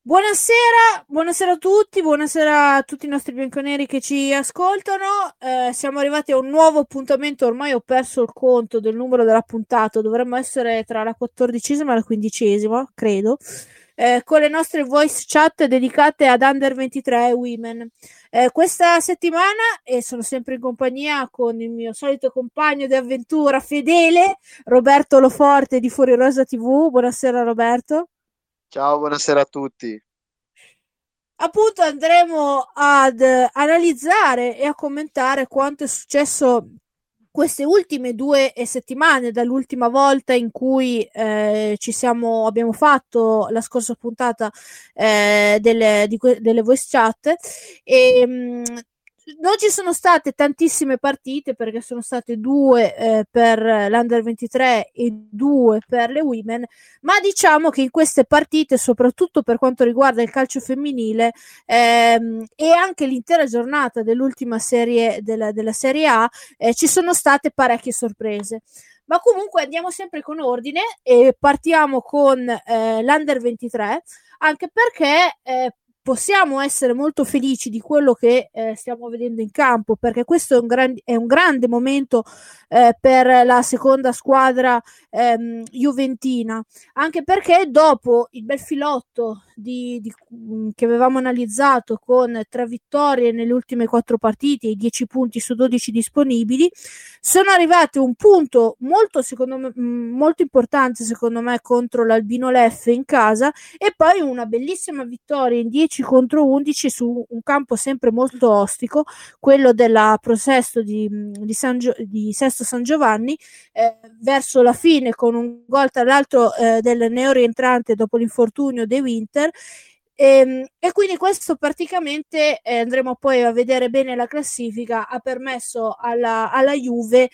Buonasera a tutti, buonasera a tutti i nostri bianconeri che ci ascoltano. Siamo arrivati a un nuovo appuntamento, ormai ho perso il conto del numero della puntata, dovremmo essere tra la 14ª e la 15ª, credo, con le nostre voice chat dedicate ad Under 23 Women. Questa settimana, e sono sempre in compagnia con il mio solito compagno di avventura fedele, Roberto Loforte di Fuori Rosa TV. Buonasera Roberto. Ciao, buonasera a tutti. Appunto andremo ad analizzare e a commentare quanto è successo queste ultime 2 settimane dall'ultima volta in cui abbiamo fatto la scorsa puntata delle voice chat e non ci sono state tantissime partite perché sono state due per l'Under 23 e due per le Women, ma diciamo che in queste partite, soprattutto per quanto riguarda il calcio femminile, e anche l'intera giornata dell'ultima serie della Serie A, ci sono state parecchie sorprese. Ma comunque andiamo sempre con ordine e partiamo con l'Under 23, anche perché possiamo essere molto felici di quello che stiamo vedendo in campo, perché questo è un grande momento per la seconda squadra juventina, anche perché dopo il bel filotto che avevamo analizzato con 3 vittorie nelle ultime 4 partite e 10 punti su 12 disponibili, sono arrivate un punto molto importante secondo me contro l'Albino Leffe in casa, e poi una bellissima vittoria in 10 contro 11 su un campo sempre molto ostico, quello della Prosesto di Sesto San Giovanni, verso la fine con un gol tra l'altro del neorientrante dopo l'infortunio De Winter. E quindi questo praticamente, andremo poi a vedere bene la classifica, ha permesso alla Juve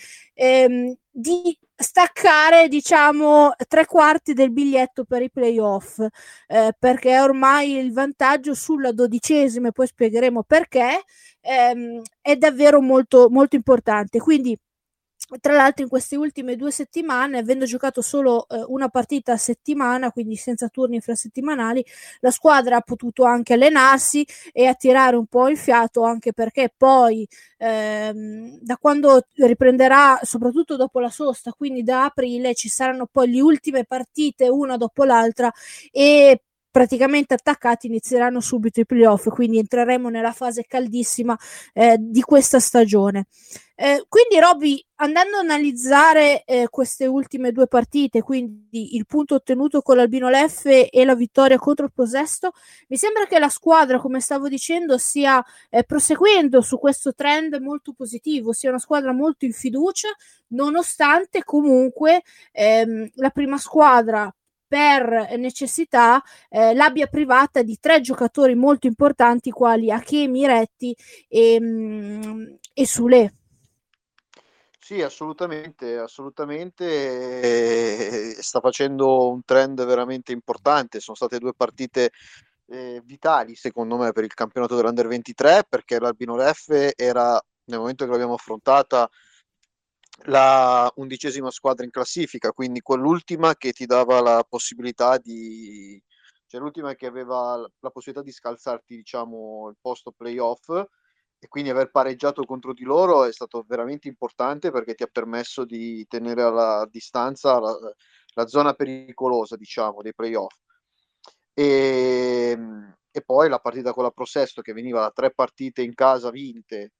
di staccare, diciamo, 3/4 del biglietto per i playoff, perché ormai il vantaggio sulla 12ª, e poi spiegheremo perché, è davvero molto, molto importante. Quindi tra l'altro in queste ultime 2 settimane, avendo giocato solo una partita a settimana, quindi senza turni infrasettimanali, la squadra ha potuto anche allenarsi e attirare un po' il fiato, anche perché poi da quando riprenderà, soprattutto dopo la sosta, quindi da aprile, ci saranno poi le ultime partite una dopo l'altra e praticamente attaccati inizieranno subito i playoff, quindi entreremo nella fase caldissima di questa stagione. Quindi Robby, andando a analizzare queste ultime 2 partite, quindi il punto ottenuto con l'Albino Leffe e la vittoria contro il Posesto, mi sembra che la squadra, come stavo dicendo, stia proseguendo su questo trend molto positivo, sia una squadra molto in fiducia, nonostante comunque la prima squadra per necessità l'abbia privata di 3 giocatori molto importanti quali Achemi, Retti e Sule. Sì, assolutamente, assolutamente. Sta facendo un trend veramente importante. Sono state due partite vitali, secondo me, per il campionato dell'Under 23, perché l'Albino Leffe era, nel momento che l'abbiamo affrontata, la 11ª squadra in classifica, quindi quell'ultima che ti dava la possibilità cioè l'ultima che aveva la possibilità di scalzarti, diciamo, il posto playoff, e quindi aver pareggiato contro di loro è stato veramente importante perché ti ha permesso di tenere alla distanza la zona pericolosa, diciamo, dei playoff. E, e poi la partita con la Prosesto che veniva da 3 partite in casa vinte,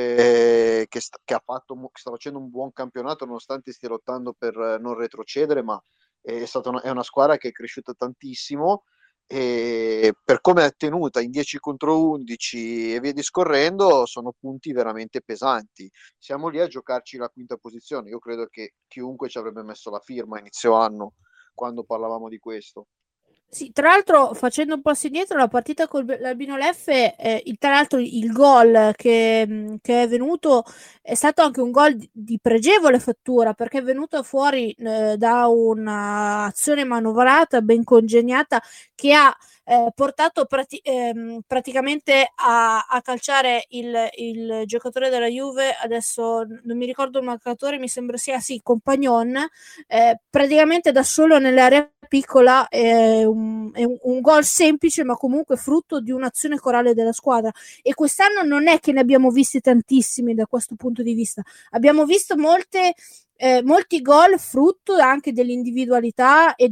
che sta facendo un buon campionato nonostante stia lottando per non retrocedere, ma è una squadra che è cresciuta tantissimo, e per come è tenuta in 10 contro 11 e via discorrendo, sono punti veramente pesanti. Siamo lì a giocarci la quinta posizione. Io credo che chiunque ci avrebbe messo la firma a inizio anno quando parlavamo di questo. Sì, tra l'altro, facendo un passo indietro, la partita con l'Albino Leffe, tra l'altro il gol che è venuto è stato anche un gol di pregevole fattura, perché è venuto fuori da un'azione manovrata, ben congegnata, che ha portato praticamente a calciare il giocatore della Juve. Adesso non mi ricordo il marcatore, mi sembra sia sì, Compagnon, praticamente da solo nell'area piccola, è un gol semplice, ma comunque frutto di un'azione corale della squadra. E quest'anno non è che ne abbiamo visti tantissimi da questo punto di vista. Abbiamo visto molti gol frutto anche dell'individualità e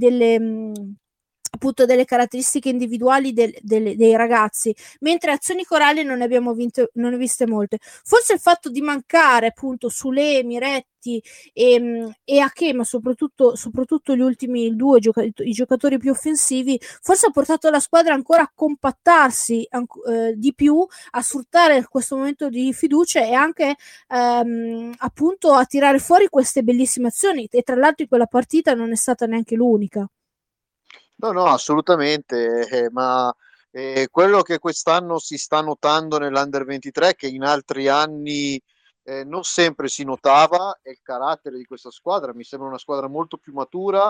appunto delle caratteristiche individuali dei ragazzi, mentre azioni corali non ne viste molte. Forse il fatto di mancare appunto Sule, Miretti e Ake, ma soprattutto gli ultimi due i giocatori più offensivi, forse ha portato la squadra ancora a compattarsi di più, a sfruttare questo momento di fiducia e anche appunto a tirare fuori queste bellissime azioni. E tra l'altro in quella partita non è stata neanche l'unica. No, assolutamente, ma quello che quest'anno si sta notando nell'Under 23, che in altri anni non sempre si notava, è il carattere di questa squadra. Mi sembra una squadra molto più matura,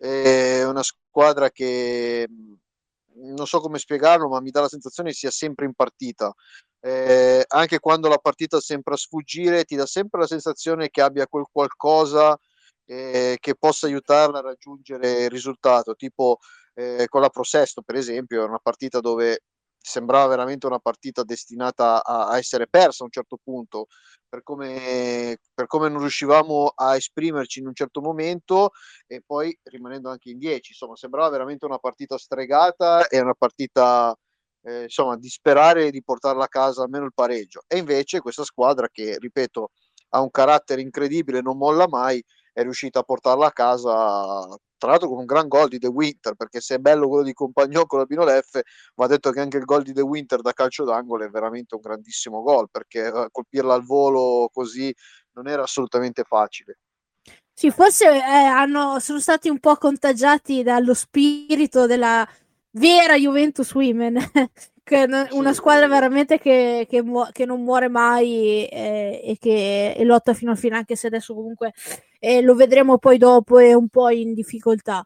una squadra che non so come spiegarlo, ma mi dà la sensazione sia sempre in partita. Anche quando la partita sembra sfuggire, ti dà sempre la sensazione che abbia quel qualcosa che possa aiutarla a raggiungere il risultato, tipo con la Pro Sesto, per esempio, è una partita dove sembrava veramente una partita destinata a essere persa a un certo punto, per come non riuscivamo a esprimerci in un certo momento e poi rimanendo anche in 10, insomma, sembrava veramente una partita stregata e una partita insomma, di sperare di portarla a casa almeno il pareggio. E invece questa squadra che, ripeto, ha un carattere incredibile, non molla mai, è riuscita a portarla a casa, tra l'altro con un gran gol di De Winter, perché se è bello quello di Compagnon con l'Albino Leffe, va detto che anche il gol di De Winter da calcio d'angolo è veramente un grandissimo gol, perché colpirla al volo così non era assolutamente facile. Sì, forse sono stati un po' contagiati dallo spirito della vera Juventus Women, che è una squadra veramente che non muore mai e che lotta fino alla fine, anche se adesso comunque lo vedremo poi dopo, è un po' in difficoltà.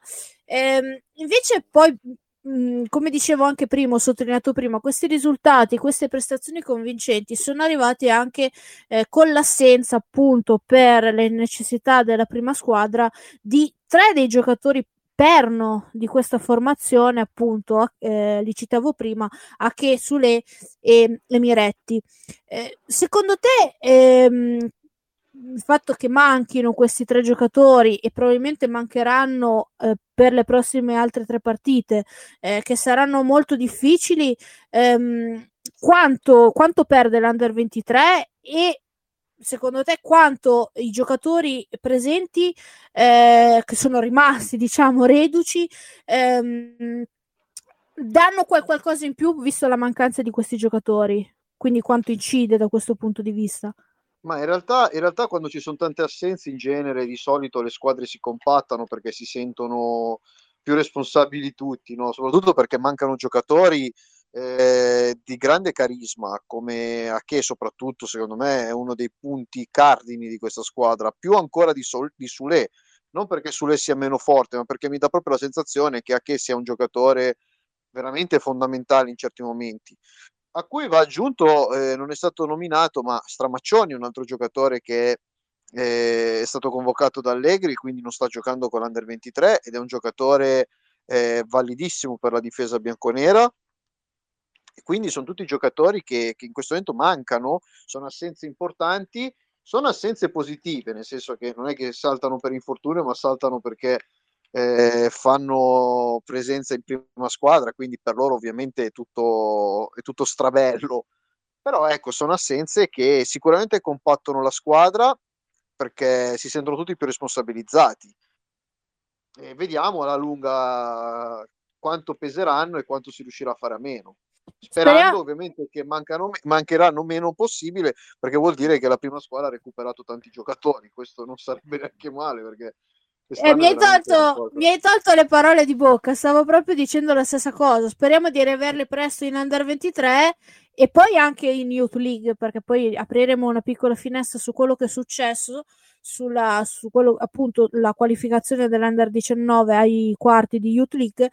Invece poi, come dicevo anche prima, ho sottolineato prima, questi risultati, queste prestazioni convincenti sono arrivati anche con l'assenza appunto per le necessità della prima squadra di tre dei giocatori perno di questa formazione, appunto, li citavo prima, Ake, Sule e Miretti. Secondo te il fatto che manchino questi tre giocatori e probabilmente mancheranno per le prossime altre tre partite che saranno molto difficili, quanto perde l'Under 23 e secondo te quanto i giocatori presenti che sono rimasti diciamo reduci danno qualcosa in più visto la mancanza di questi giocatori, quindi quanto incide da questo punto di vista? Ma in realtà quando ci sono tante assenze in genere di solito le squadre si compattano perché si sentono più responsabili tutti, no? Soprattutto perché mancano giocatori di grande carisma come Ake, soprattutto secondo me è uno dei punti cardini di questa squadra, più ancora di Sule, non perché Sule sia meno forte, ma perché mi dà proprio la sensazione che Ake sia un giocatore veramente fondamentale in certi momenti, a cui va aggiunto, non è stato nominato, ma Stramaccioni, un altro giocatore che è stato convocato da Allegri, quindi non sta giocando con l'Under 23 ed è un giocatore validissimo per la difesa bianconera. E quindi sono tutti giocatori che in questo momento mancano, sono assenze importanti, sono assenze positive, nel senso che non è che saltano per infortunio, ma saltano perché fanno presenza in prima squadra, quindi per loro ovviamente è tutto strabello. Però ecco, sono assenze che sicuramente compattano la squadra perché si sentono tutti più responsabilizzati. E vediamo alla lunga quanto peseranno e quanto si riuscirà a fare a meno. Speriamo. Sperando ovviamente che mancheranno meno possibile, perché vuol dire che la prima squadra ha recuperato tanti giocatori. Questo non sarebbe neanche male perché quest'anno è veramente una cosa. Mi hai tolto le parole di bocca, stavo proprio dicendo la stessa cosa. Speriamo di riaverle presto in Under 23 e poi anche in Youth League, perché poi apriremo una piccola finestra su quello che è successo, su quello appunto la qualificazione dell'Under 19 ai quarti di Youth League.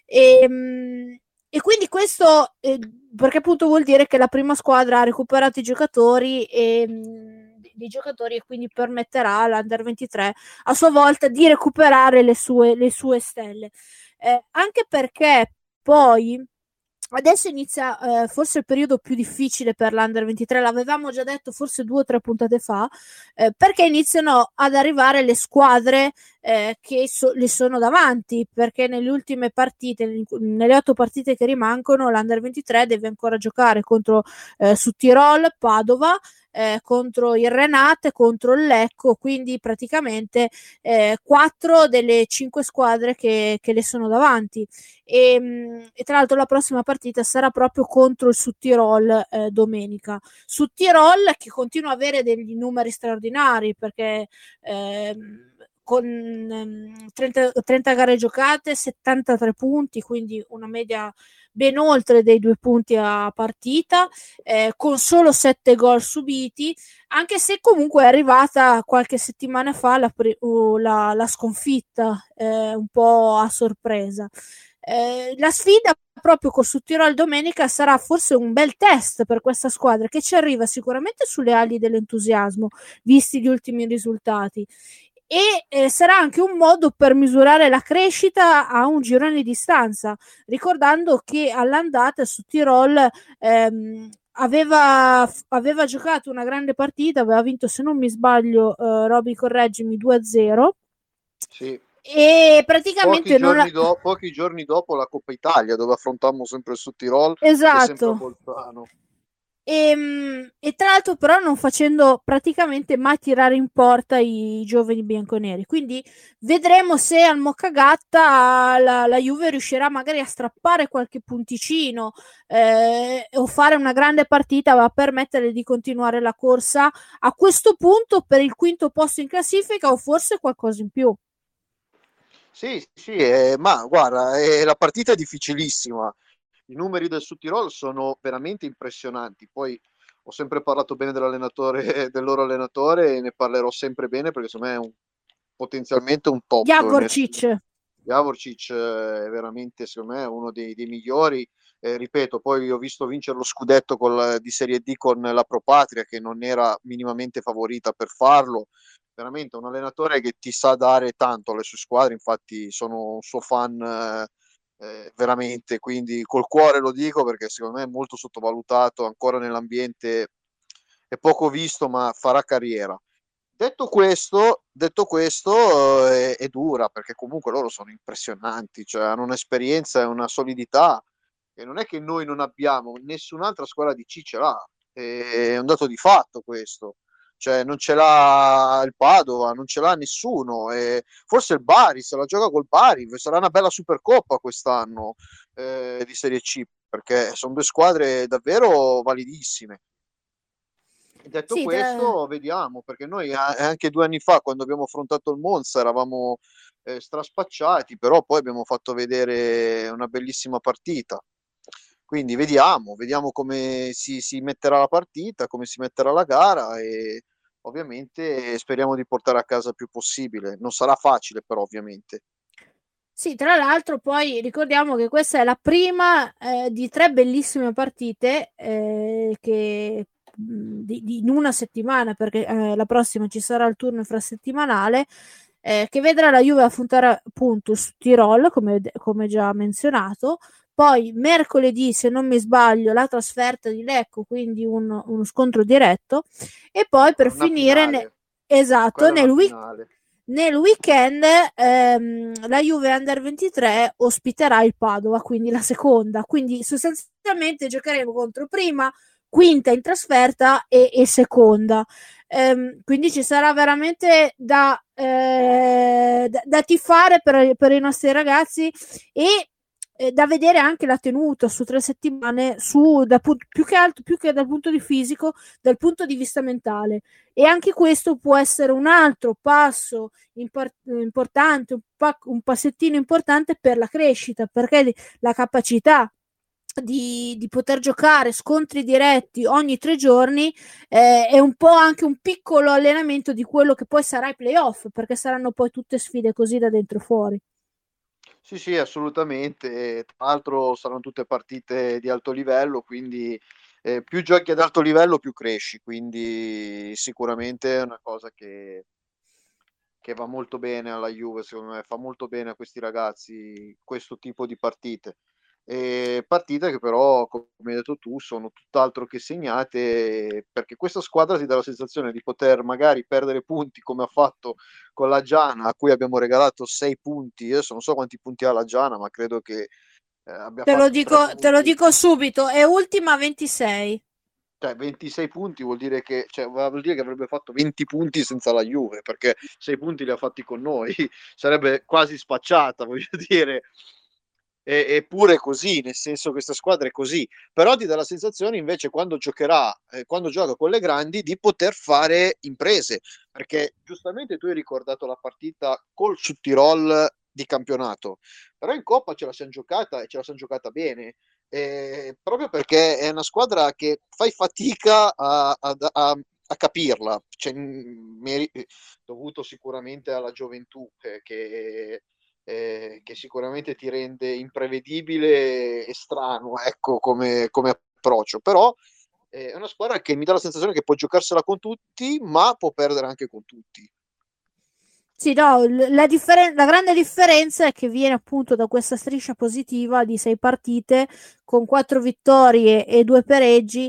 E quindi questo perché appunto vuol dire che la prima squadra ha recuperato i giocatori dei giocatori, e quindi permetterà all'Under 23 a sua volta di recuperare le sue stelle. Anche perché poi adesso inizia forse il periodo più difficile per l'Under 23, l'avevamo già detto forse 2 o 3 puntate fa, perché iniziano ad arrivare le squadre che le sono davanti, perché nelle ultime partite, nelle 8 partite che rimangono, l'Under 23 deve ancora giocare contro Südtirol, Padova, contro il Renate, contro il Lecco, quindi praticamente 4 delle 5 squadre che le sono davanti. E tra l'altro la prossima partita sarà proprio contro il Südtirol domenica. Südtirol che continua a avere degli numeri straordinari, perché con 30 gare giocate, 73 punti, quindi una media ben oltre dei 2 punti a partita, con solo 7 gol subiti, anche se comunque è arrivata qualche settimana fa la sconfitta, un po' a sorpresa. La sfida proprio con Südtirol domenica sarà forse un bel test per questa squadra, che ci arriva sicuramente sulle ali dell'entusiasmo, visti gli ultimi risultati, e sarà anche un modo per misurare la crescita a un girone di distanza, ricordando che all'andata Südtirol aveva giocato una grande partita, aveva vinto, se non mi sbaglio, Roby, correggimi, 2-0. Sì. E praticamente pochi giorni dopo la Coppa Italia, dove affrontammo sempre il Südtirol, esatto, che è sempre a Bolzano. E tra l'altro però non facendo praticamente mai tirare in porta i giovani bianconeri, quindi vedremo se al Moccagatta la Juve riuscirà magari a strappare qualche punticino o fare una grande partita a permettere di continuare la corsa a questo punto per il quinto posto in classifica, o forse qualcosa in più. Sì, ma guarda, la partita è difficilissima. I numeri del Südtirol sono veramente impressionanti. Poi ho sempre parlato bene dell'allenatore, del loro allenatore, e ne parlerò sempre bene perché secondo me è potenzialmente un top. Javorčić è veramente, secondo me, uno dei migliori. Ripeto, poi ho visto vincere lo scudetto di Serie D con la Pro Patria, che non era minimamente favorita per farlo. Veramente un allenatore che ti sa dare tanto alle sue squadre, infatti sono un suo fan veramente, quindi col cuore lo dico, perché secondo me è molto sottovalutato ancora nell'ambiente, è poco visto, ma farà carriera. Detto questo, è dura, perché comunque loro sono impressionanti, cioè hanno un'esperienza e una solidità che non è che noi non abbiamo, nessun'altra squadra di C ce l'ha, è un dato di fatto questo. Cioè non ce l'ha il Padova, non ce l'ha nessuno, forse il Bari, se la gioca col Bari, sarà una bella Supercoppa quest'anno di Serie C, perché sono due squadre davvero validissime. Detto questo, vediamo, perché noi anche 2 anni fa, quando abbiamo affrontato il Monza, eravamo straspacciati, però poi abbiamo fatto vedere una bellissima partita. Quindi vediamo come si metterà la partita, come si metterà la gara, e ovviamente speriamo di portare a casa il più possibile. Non sarà facile, però, ovviamente. Sì, tra l'altro poi ricordiamo che questa è la prima di 3 bellissime partite che in una settimana, perché la prossima ci sarà il turno infrasettimanale, che vedrà la Juve affrontare appunto su Tirol, come già menzionato. Poi mercoledì, se non mi sbaglio, la trasferta di Lecco, quindi uno scontro diretto, e poi per finire esatto, nel weekend la Juve Under 23 ospiterà il Padova, quindi la seconda, quindi sostanzialmente giocheremo contro prima, quinta in trasferta e seconda. Quindi ci sarà veramente da tifare per i nostri ragazzi, e da vedere anche la tenuta su 3 settimane, più che dal punto di fisico, dal punto di vista mentale. E anche questo può essere un altro passo importante, un passettino importante per la crescita, perché la capacità di poter giocare scontri diretti ogni 3 giorni è un po' anche un piccolo allenamento di quello che poi sarà i playoff, perché saranno poi tutte sfide così da dentro fuori. Sì, assolutamente. Tra l'altro saranno tutte partite di alto livello, quindi più giochi ad alto livello più cresci, quindi sicuramente è una cosa che va molto bene alla Juve, secondo me, fa molto bene a questi ragazzi questo tipo di partite. E partite che però, come hai detto tu, sono tutt'altro che segnate, perché questa squadra ti dà la sensazione di poter magari perdere punti come ha fatto con la Giana, a cui abbiamo regalato 6 punti. Io non so quanti punti ha la Giana, ma credo che abbia fatto tre Te lo punti. dico subito, è ultima a 26. Cioè, 26 punti vuol dire che, cioè, vuol dire che avrebbe fatto 20 punti senza la Juve, perché 6 punti li ha fatti con noi, sarebbe quasi spacciata, voglio dire. Eppure è così, nel senso che questa squadra è così, però ti dà la sensazione invece quando giocherà, quando gioca con le grandi, di poter fare imprese, perché giustamente tu hai ricordato la partita col Südtirol di campionato, però in Coppa ce la siamo giocata e ce la siamo giocata bene, proprio perché è una squadra che fai fatica a capirla, cioè, dovuto sicuramente alla gioventù che sicuramente ti rende imprevedibile e strano, ecco, come approccio, però è una squadra che mi dà la sensazione che può giocarsela con tutti, ma può perdere anche con tutti. Sì, no, la grande differenza è che viene appunto da questa striscia positiva di 6 partite con 4 vittorie e 2 pareggi,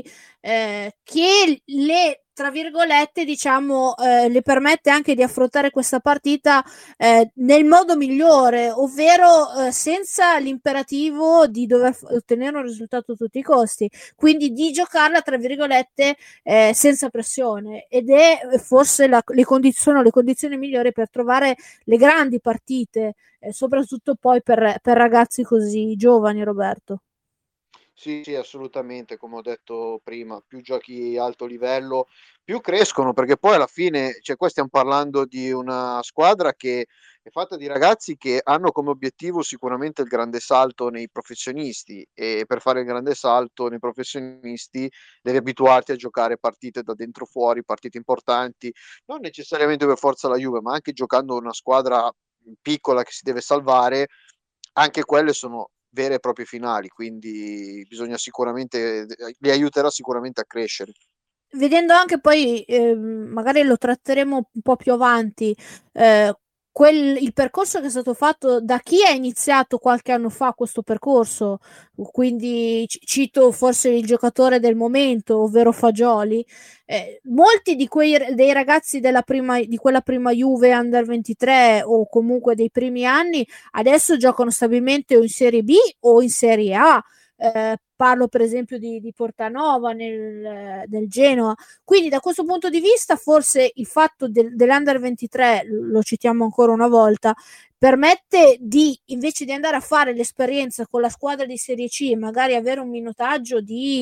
che tra virgolette, diciamo, le permette anche di affrontare questa partita nel modo migliore, ovvero senza l'imperativo di dover ottenere un risultato a tutti i costi, quindi di giocarla, tra virgolette, senza pressione, ed è forse sono le condizioni migliori per trovare le grandi partite, soprattutto poi per ragazzi così giovani, Roberto. Sì, sì, assolutamente, come ho detto prima, più giochi alto livello, più crescono, perché poi alla fine, cioè, qua stiamo parlando di una squadra che è fatta di ragazzi che hanno come obiettivo sicuramente il grande salto nei professionisti, e per fare il grande salto nei professionisti devi abituarti a giocare partite da dentro fuori, partite importanti, non necessariamente per forza la Juve, ma anche giocando una squadra piccola che si deve salvare, anche quelle sono vere e proprie finali, quindi bisogna sicuramente, li aiuterà sicuramente a crescere. Vedendo anche poi, magari lo tratteremo un po' più avanti, eh, il percorso che è stato fatto da chi ha iniziato qualche anno fa questo percorso, quindi cito forse il giocatore del momento, ovvero Fagioli. Molti dei ragazzi di quella prima Juve Under 23 o comunque dei primi anni adesso giocano stabilmente o in Serie B o in Serie A. Parlo per esempio di Portanova del Genoa, quindi da questo punto di vista forse il fatto dell'Under 23, lo citiamo ancora una volta, permette di, invece di andare a fare l'esperienza con la squadra di Serie C e magari avere un minutaggio di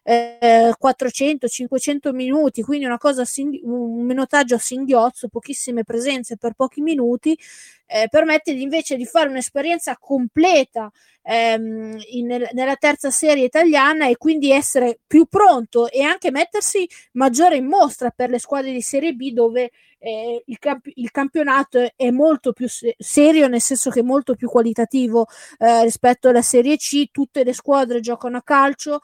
400-500 minuti, quindi un minutaggio a singhiozzo, pochissime presenze per pochi minuti, permette invece di fare un'esperienza completa nella terza serie italiana, e quindi essere più pronto e anche mettersi maggiore in mostra per le squadre di Serie B, dove il campionato è molto più serio, nel senso che è molto più qualitativo rispetto alla Serie C. Tutte le squadre giocano a calcio,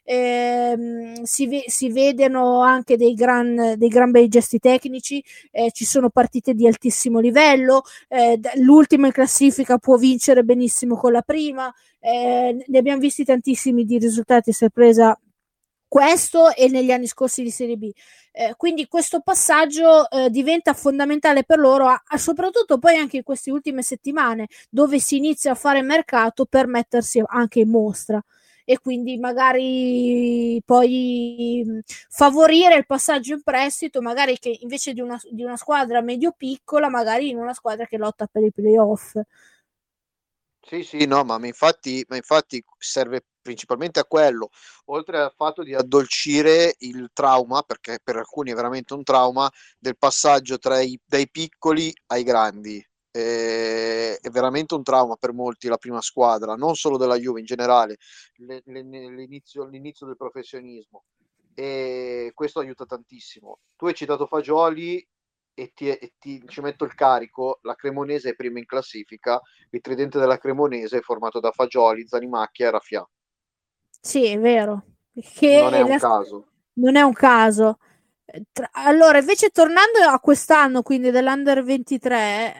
si vedono anche dei gran bei gesti tecnici, ci sono partite di altissimo livello, l'ultima in classifica può vincere benissimo con la prima, ne abbiamo visti tantissimi di risultati a sorpresa questo e negli anni scorsi di Serie B. Quindi questo passaggio diventa fondamentale per loro, soprattutto poi anche in queste ultime settimane, dove si inizia a fare mercato per mettersi anche in mostra, e quindi magari poi favorire il passaggio in prestito, magari che invece di una squadra medio-piccola, magari in una squadra che lotta per i playoff. Sì, sì, no, ma infatti serve principalmente a quello, oltre al fatto di addolcire il trauma, perché per alcuni è veramente un trauma, del passaggio dai piccoli ai grandi. È veramente un trauma per molti la prima squadra, non solo della Juve in generale, l'inizio del professionismo. E questo aiuta tantissimo. Tu hai citato Fagioli e ci metto il carico, la Cremonese è prima in classifica, il tridente della Cremonese è formato da Fagioli, Zanimacchia e Raffia. Sì, è vero. Non è che un caso. non è un caso. Allora, invece, tornando a quest'anno, quindi dell'Under 23,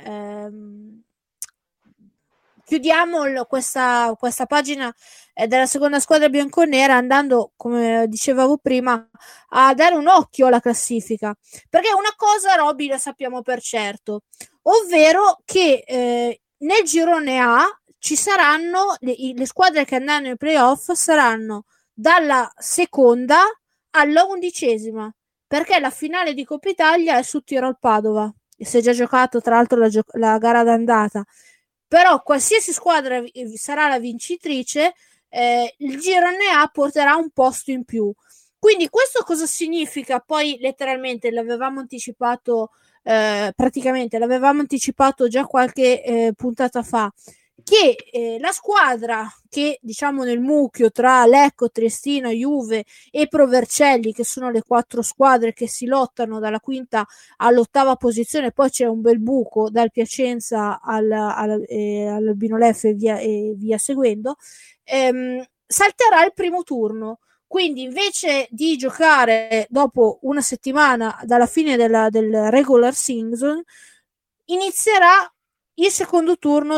chiudiamo questa pagina della seconda squadra bianconera andando, come dicevamo prima, a dare un occhio alla classifica. Perché una cosa, Roby, la sappiamo per certo, ovvero che nel girone A ci saranno le squadre che andranno ai playoff saranno dalla seconda alla undicesima, perché la finale di Coppa Italia è su Tirol Padova e si è già giocato tra l'altro la gara d'andata, però qualsiasi squadra sarà la vincitrice, il girone A porterà un posto in più. Quindi questo cosa significa? Poi letteralmente l'avevamo anticipato, praticamente l'avevamo anticipato già qualche puntata fa, che la squadra che diciamo nel mucchio tra Lecco, Triestina, Juve e Pro Vercelli, che sono le 4 squadre che si lottano dalla quinta all'8ª posizione, poi c'è un bel buco dal Piacenza all'Albino Leffe e via seguendo, salterà il primo turno. Quindi invece di giocare dopo una settimana dalla fine del regular season, inizierà il secondo turno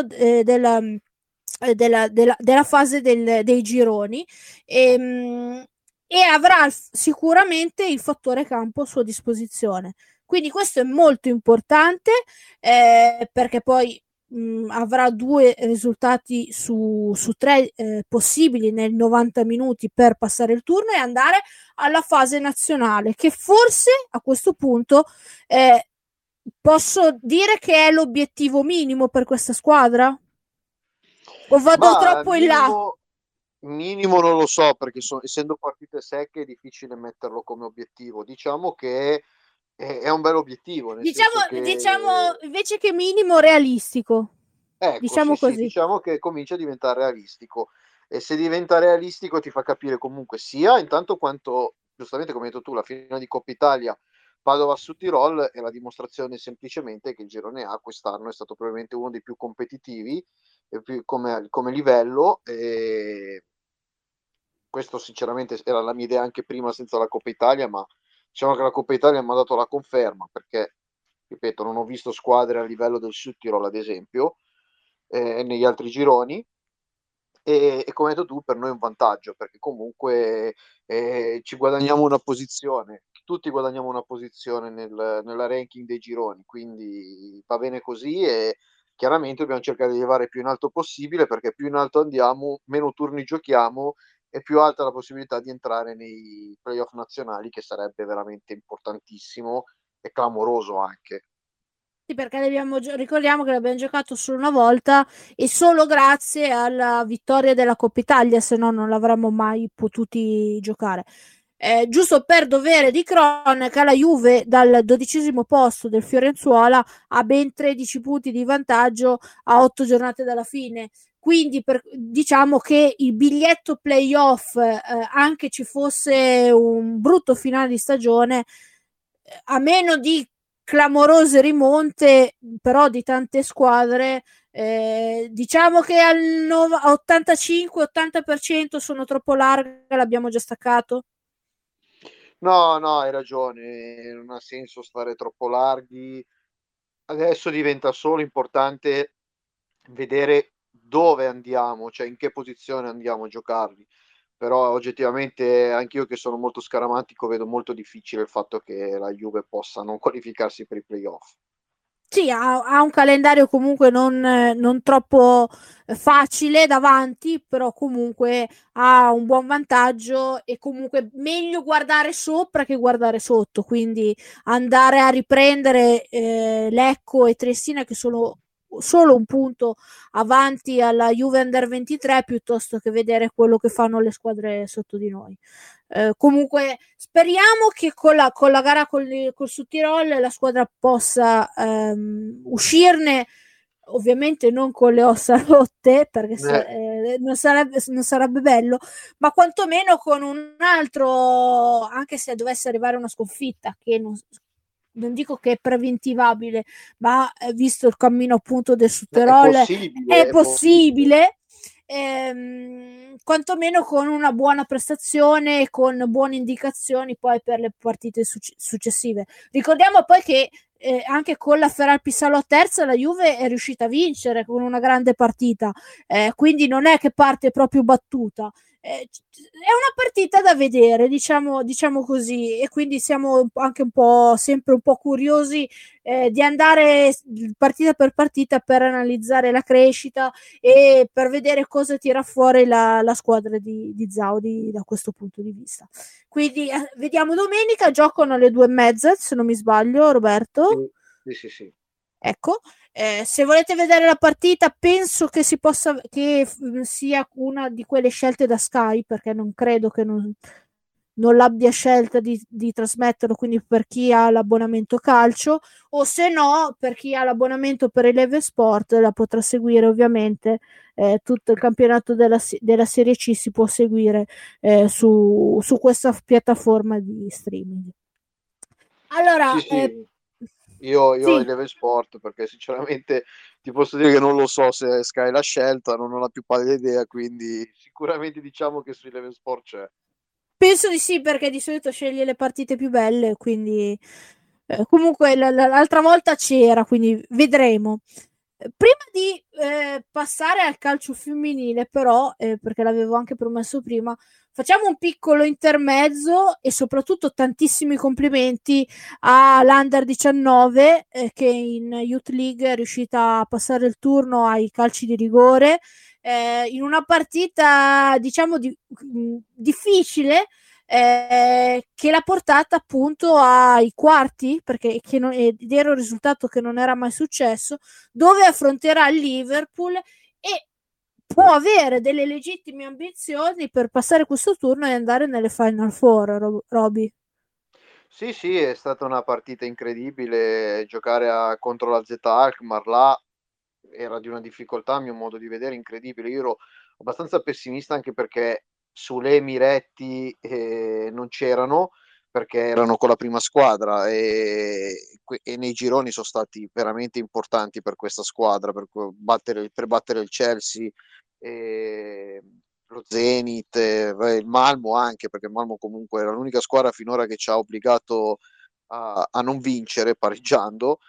della fase dei gironi, e avrà sicuramente il fattore campo a sua disposizione. Quindi questo è molto importante, perché poi avrà 2 risultati su 3 possibili nel 90 minuti per passare il turno e andare alla fase nazionale, che forse a questo punto posso dire che è l'obiettivo minimo per questa squadra? O vado troppo in là? Minimo non lo so, perché essendo partite secche è difficile metterlo come obiettivo. Diciamo che è un bel obiettivo, nel senso Diciamo che invece che minimo realistico. ecco, sì, Diciamo sì, così. diciamo che comincia a diventare realistico. E se diventa realistico ti fa capire comunque sia intanto quanto, giustamente come hai detto tu, la finale di Coppa Italia Padova su Tirol è la dimostrazione semplicemente che il girone A quest'anno è stato probabilmente uno dei più competitivi come livello, e questo sinceramente era la mia idea anche prima senza la Coppa Italia, ma diciamo che la Coppa Italia mi ha dato la conferma perché, ripeto, non ho visto squadre a livello del Südtirol ad esempio, negli altri gironi, e come hai detto tu per noi è un vantaggio perché comunque ci guadagniamo una posizione, tutti guadagniamo una posizione nella ranking dei gironi, quindi va bene così e chiaramente dobbiamo cercare di arrivare più in alto possibile perché più in alto andiamo, meno turni giochiamo e più alta la possibilità di entrare nei playoff nazionali, che sarebbe veramente importantissimo e clamoroso anche. Sì, perché ricordiamo che l'abbiamo giocato solo una volta e solo grazie alla vittoria della Coppa Italia, se no non l'avremmo mai potuti giocare. Giusto per dovere di cronaca, la Juve dal 12° posto del Fiorenzuola ha ben 13 punti di vantaggio a 8 giornate dalla fine. Quindi diciamo che il biglietto playoff, anche ci fosse un brutto finale di stagione, a meno di clamorose rimonte però di tante squadre, diciamo che al 85-80% sono troppo larghe, l'abbiamo già staccato. No, no, hai ragione, non ha senso stare troppo larghi. Adesso diventa solo importante vedere dove andiamo, cioè in che posizione andiamo a giocarli. Però oggettivamente anch'io che sono molto scaramantico vedo molto difficile il fatto che la Juve possa non qualificarsi per i playoff. Sì, ha un calendario comunque non troppo facile davanti, però comunque ha un buon vantaggio e comunque meglio guardare sopra che guardare sotto, quindi andare a riprendere Lecco e Triestina che sono solo un punto avanti alla Juve Under 23 piuttosto che vedere quello che fanno le squadre sotto di noi. Comunque speriamo che con la gara col Sudtirol la squadra possa uscirne, ovviamente non con le ossa rotte perché non sarebbe bello, ma quantomeno con un altro, anche se dovesse arrivare una sconfitta che non dico che è preventivabile, ma visto il cammino appunto del È Sudtirol possibile, è è possibile. possibile. quantomeno con una buona prestazione e con buone indicazioni poi per le partite successive. Ricordiamo poi che anche con la Ferrari-Pisalo a terza la Juve è riuscita a vincere con una grande partita, quindi non è che parte proprio battuta. È una partita da vedere, diciamo così, e quindi siamo anche sempre un po' curiosi di andare partita per partita per analizzare la crescita e per vedere cosa tira fuori la squadra di Zaudi da questo punto di vista. Quindi vediamo domenica, giocano alle 2:30, se non mi sbaglio, Roberto. Sì. Ecco, se volete vedere la partita, penso che sia una di quelle scelte da Sky, perché non credo che non l'abbia scelta di trasmetterlo, quindi per chi ha l'abbonamento calcio, o se no per chi ha l'abbonamento per Eleve Sport la potrà seguire ovviamente. Tutto il campionato della Serie C si può seguire su questa piattaforma di streaming. Allora, sì. Io sì. Eleven Sport, perché sinceramente ti posso dire che non lo so se Sky l'ha scelta, non ho la più pallida idea, quindi sicuramente diciamo che su Eleven Sport c'è. Penso di sì, perché di solito sceglie le partite più belle, quindi comunque l'altra volta c'era, quindi vedremo. Prima di passare al calcio femminile, però, perché l'avevo anche promesso prima, facciamo un piccolo intermezzo e soprattutto tantissimi complimenti all'Under 19 che in Youth League è riuscita a passare il turno ai calci di rigore in una partita, diciamo, difficile. Che l'ha portata appunto ai quarti, perché ed era un risultato che non era mai successo, dove affronterà il Liverpool e può avere delle legittime ambizioni per passare questo turno e andare nelle Final Four, Roby. Sì, è stata una partita incredibile, giocare contro la Z Alkmaar là era di una difficoltà a mio modo di vedere incredibile. Io ero abbastanza pessimista anche perché sulle Miretti non c'erano, perché erano con la prima squadra e nei gironi sono stati veramente importanti per questa squadra, per battere il Chelsea, lo Zenit, il Malmo anche, perché il Malmo comunque era l'unica squadra finora che ci ha obbligato a non vincere pareggiando.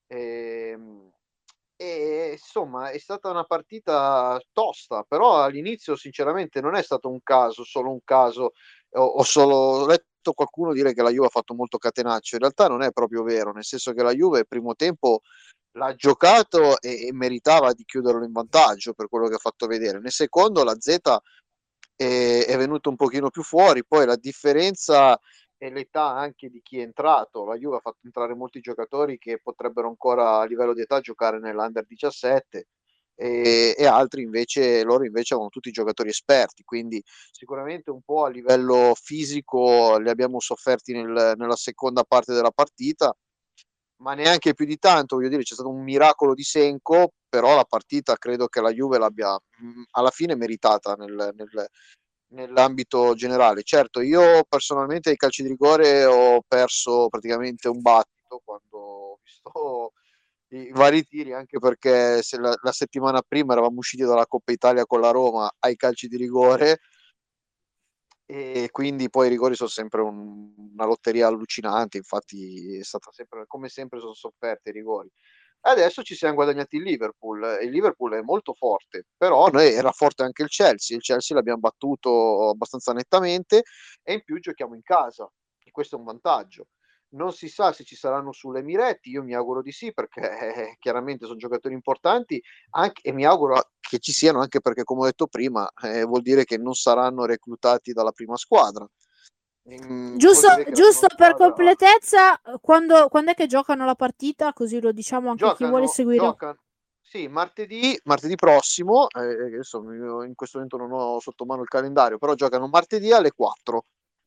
E insomma è stata una partita tosta, però all'inizio sinceramente non è stato un caso, solo un caso. Ho solo letto qualcuno dire che la Juve ha fatto molto catenaccio, in realtà non è proprio vero, nel senso che la Juve il primo tempo l'ha giocato e meritava di chiuderlo in vantaggio per quello che ha fatto vedere. Nel secondo la Z è venuta un pochino più fuori, poi la differenza è l'età anche di chi è entrato. La Juve ha fatto entrare molti giocatori che potrebbero ancora a livello di età giocare nell'Under 17 e altri invece, loro invece avevano tutti giocatori esperti, quindi sicuramente un po' a livello fisico li abbiamo sofferti nella seconda parte della partita, ma neanche più di tanto, voglio dire, c'è stato un miracolo di Senko, però la partita credo che la Juve l'abbia alla fine meritata nell'ambito generale. Certo, io personalmente ai calci di rigore ho perso praticamente un battito quando ho visto i vari tiri, anche perché se la settimana prima eravamo usciti dalla Coppa Italia con la Roma ai calci di rigore e quindi poi i rigori sono sempre una lotteria allucinante, infatti è stata sempre, come sempre sono sofferti i rigori. Adesso ci siamo guadagnati il Liverpool, il Liverpool è molto forte, però noi era forte anche il Chelsea l'abbiamo battuto abbastanza nettamente e in più giochiamo in casa e questo è un vantaggio. Non si sa se ci saranno sulle Miretti, io mi auguro di sì perché chiaramente sono giocatori importanti e mi auguro che ci siano anche perché come ho detto prima vuol dire che non saranno reclutati dalla prima squadra. Vuol Giusto, dire che la prima giusto per squadra completezza, quando è che giocano la partita? Così lo diciamo anche a chi vuole seguire. giocano, sì, martedì prossimo, adesso in questo momento non ho sotto mano il calendario, però giocano martedì alle 4.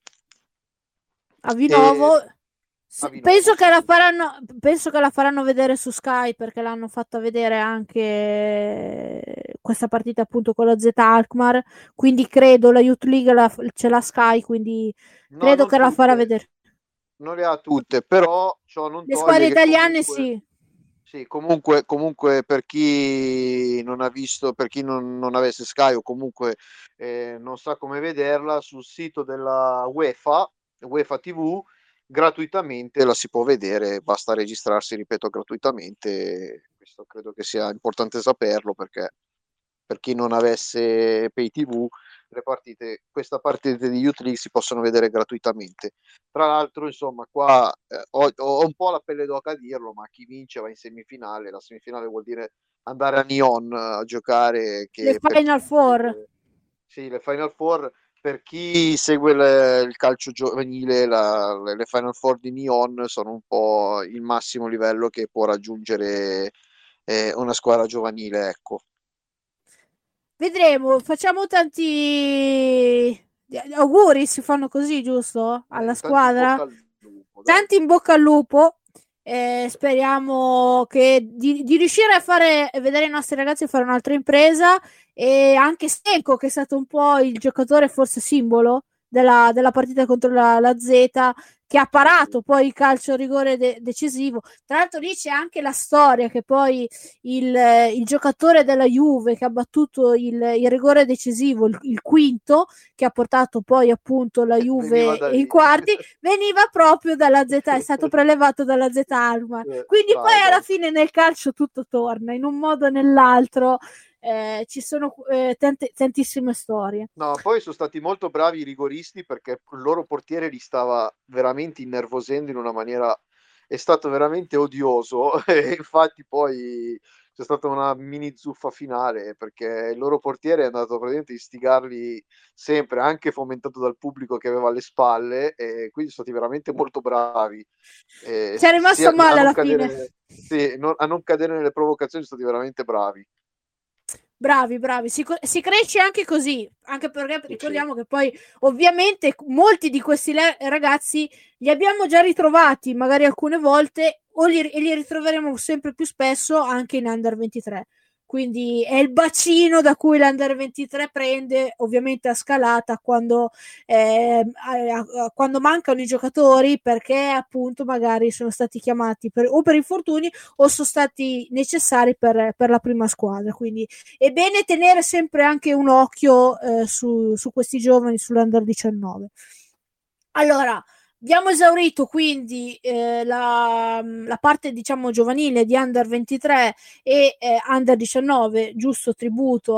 A E, Vinovo. a Vinovo, sì, sì. Penso che la faranno vedere su Sky perché l'hanno fatta vedere anche questa partita appunto con la Z Alkmaar. Quindi credo la Youth League ce l'ha Sky, quindi No, credo non che la farà tutte, vedere. non le ha tutte, però ciò non Le squadre toglie che italiane comunque sì. Sì, comunque per chi non ha visto, per chi non avesse Sky o comunque non sa come vederla, sul sito della UEFA TV, gratuitamente la si può vedere, basta registrarsi, ripeto, gratuitamente. Questo credo che sia importante saperlo perché per chi non avesse Pay TV, questa partita di Youth League si possono vedere gratuitamente. Tra l'altro, insomma, qua ho un po' la pelle d'oca a dirlo, ma chi vince va in semifinale. La semifinale vuol dire andare a Nyon a giocare, Le che per Final chi Four. segue, sì, le Final Four, per chi segue il calcio giovanile, le Final Four di Nyon sono un po' il massimo livello che può raggiungere una squadra giovanile, ecco. Vedremo, facciamo tanti auguri, si fanno così, giusto? Alla Tanti in squadra. bocca al lupo, dai. Tanti in bocca al lupo. Speriamo di riuscire a fare vedere ai nostri ragazzi fare un'altra impresa. E anche Stenko, che è stato un po' il giocatore forse simbolo della partita contro la Z, che ha Sì, sì. parato poi il calcio a rigore decisivo. Tra l'altro lì c'è anche la storia che poi il giocatore della Juve che ha battuto il rigore decisivo, il quinto, che ha portato poi appunto la Veniva Juve da in lì. quarti, veniva proprio dalla Z, è stato prelevato dalla Z Alkmaar. Quindi poi Dai, alla dai. fine nel calcio tutto torna, in un modo o nell'altro. Ci sono tantissime storie. No, poi sono stati molto bravi i rigoristi perché il loro portiere li stava veramente innervosendo in una maniera, è stato veramente odioso e infatti poi c'è stata una mini zuffa finale perché il loro portiere è andato praticamente a istigarli sempre, anche fomentato dal pubblico che aveva alle spalle e quindi sono stati veramente molto bravi. Ci è rimasto A male non alla fine. cadere, sì, a non cadere nelle provocazioni sono stati veramente bravi. Bravi, bravi, si cresce anche così, anche perché Sì, sì. ricordiamo che poi ovviamente molti di questi ragazzi li abbiamo già ritrovati magari alcune volte e li ritroveremo sempre più spesso anche in Under 23. Quindi è il bacino da cui l'Under 23 prende, ovviamente a scalata, quando mancano i giocatori, perché appunto magari sono stati chiamati o per infortuni o sono stati necessari per la prima squadra. Quindi è bene tenere sempre anche un occhio su questi giovani, sull'Under 19. Allora, abbiamo esaurito quindi la parte diciamo giovanile di Under 23 e Under 19, giusto tributo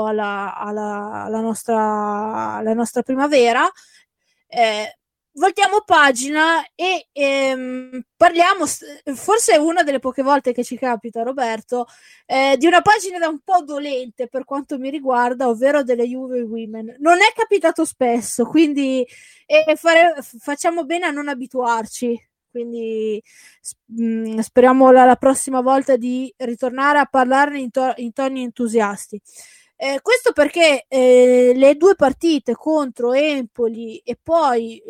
alla nostra primavera. Eh, Voltiamo pagina e parliamo, forse è una delle poche volte che ci capita, Roberto, di una pagina da un po' dolente per quanto mi riguarda, ovvero delle Juve Women. Non è capitato spesso, quindi facciamo bene a non abituarci. Quindi speriamo la prossima volta di ritornare a parlarne in toni entusiasti. Questo perché le due partite contro Empoli e poi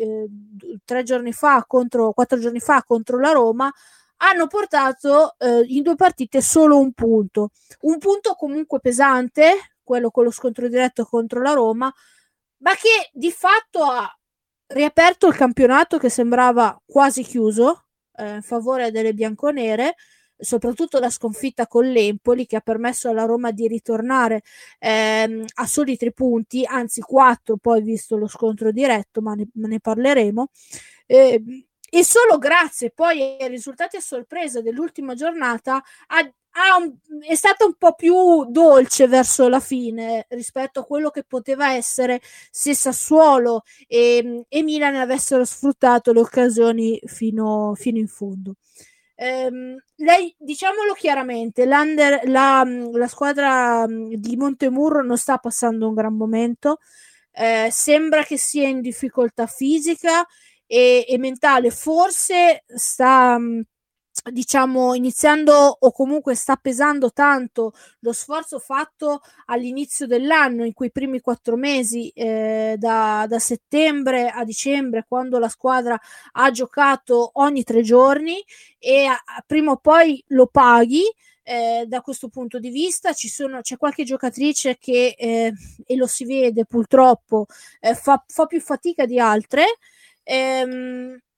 4 giorni fa contro la Roma hanno portato in due partite solo un punto comunque pesante, quello con lo scontro diretto contro la Roma, ma che di fatto ha riaperto il campionato che sembrava quasi chiuso in favore delle bianconere, soprattutto la sconfitta con l'Empoli che ha permesso alla Roma di ritornare a soli 3 punti, anzi 4 poi visto lo scontro diretto, ma ne parleremo. E solo grazie poi ai risultati a sorpresa dell'ultima giornata è stata un po' più dolce verso la fine rispetto a quello che poteva essere se Sassuolo e Milan avessero sfruttato le occasioni fino in fondo. Lei, diciamolo chiaramente, la squadra di Montemurro non sta passando un gran momento, sembra che sia in difficoltà fisica e mentale, forse sta diciamo iniziando o comunque sta pesando tanto lo sforzo fatto all'inizio dell'anno, in quei primi 4 mesi da settembre a dicembre, quando la squadra ha giocato ogni 3 giorni e prima o poi lo paghi. Da questo punto di vista c'è qualche giocatrice che e lo si vede purtroppo fa più fatica di altre.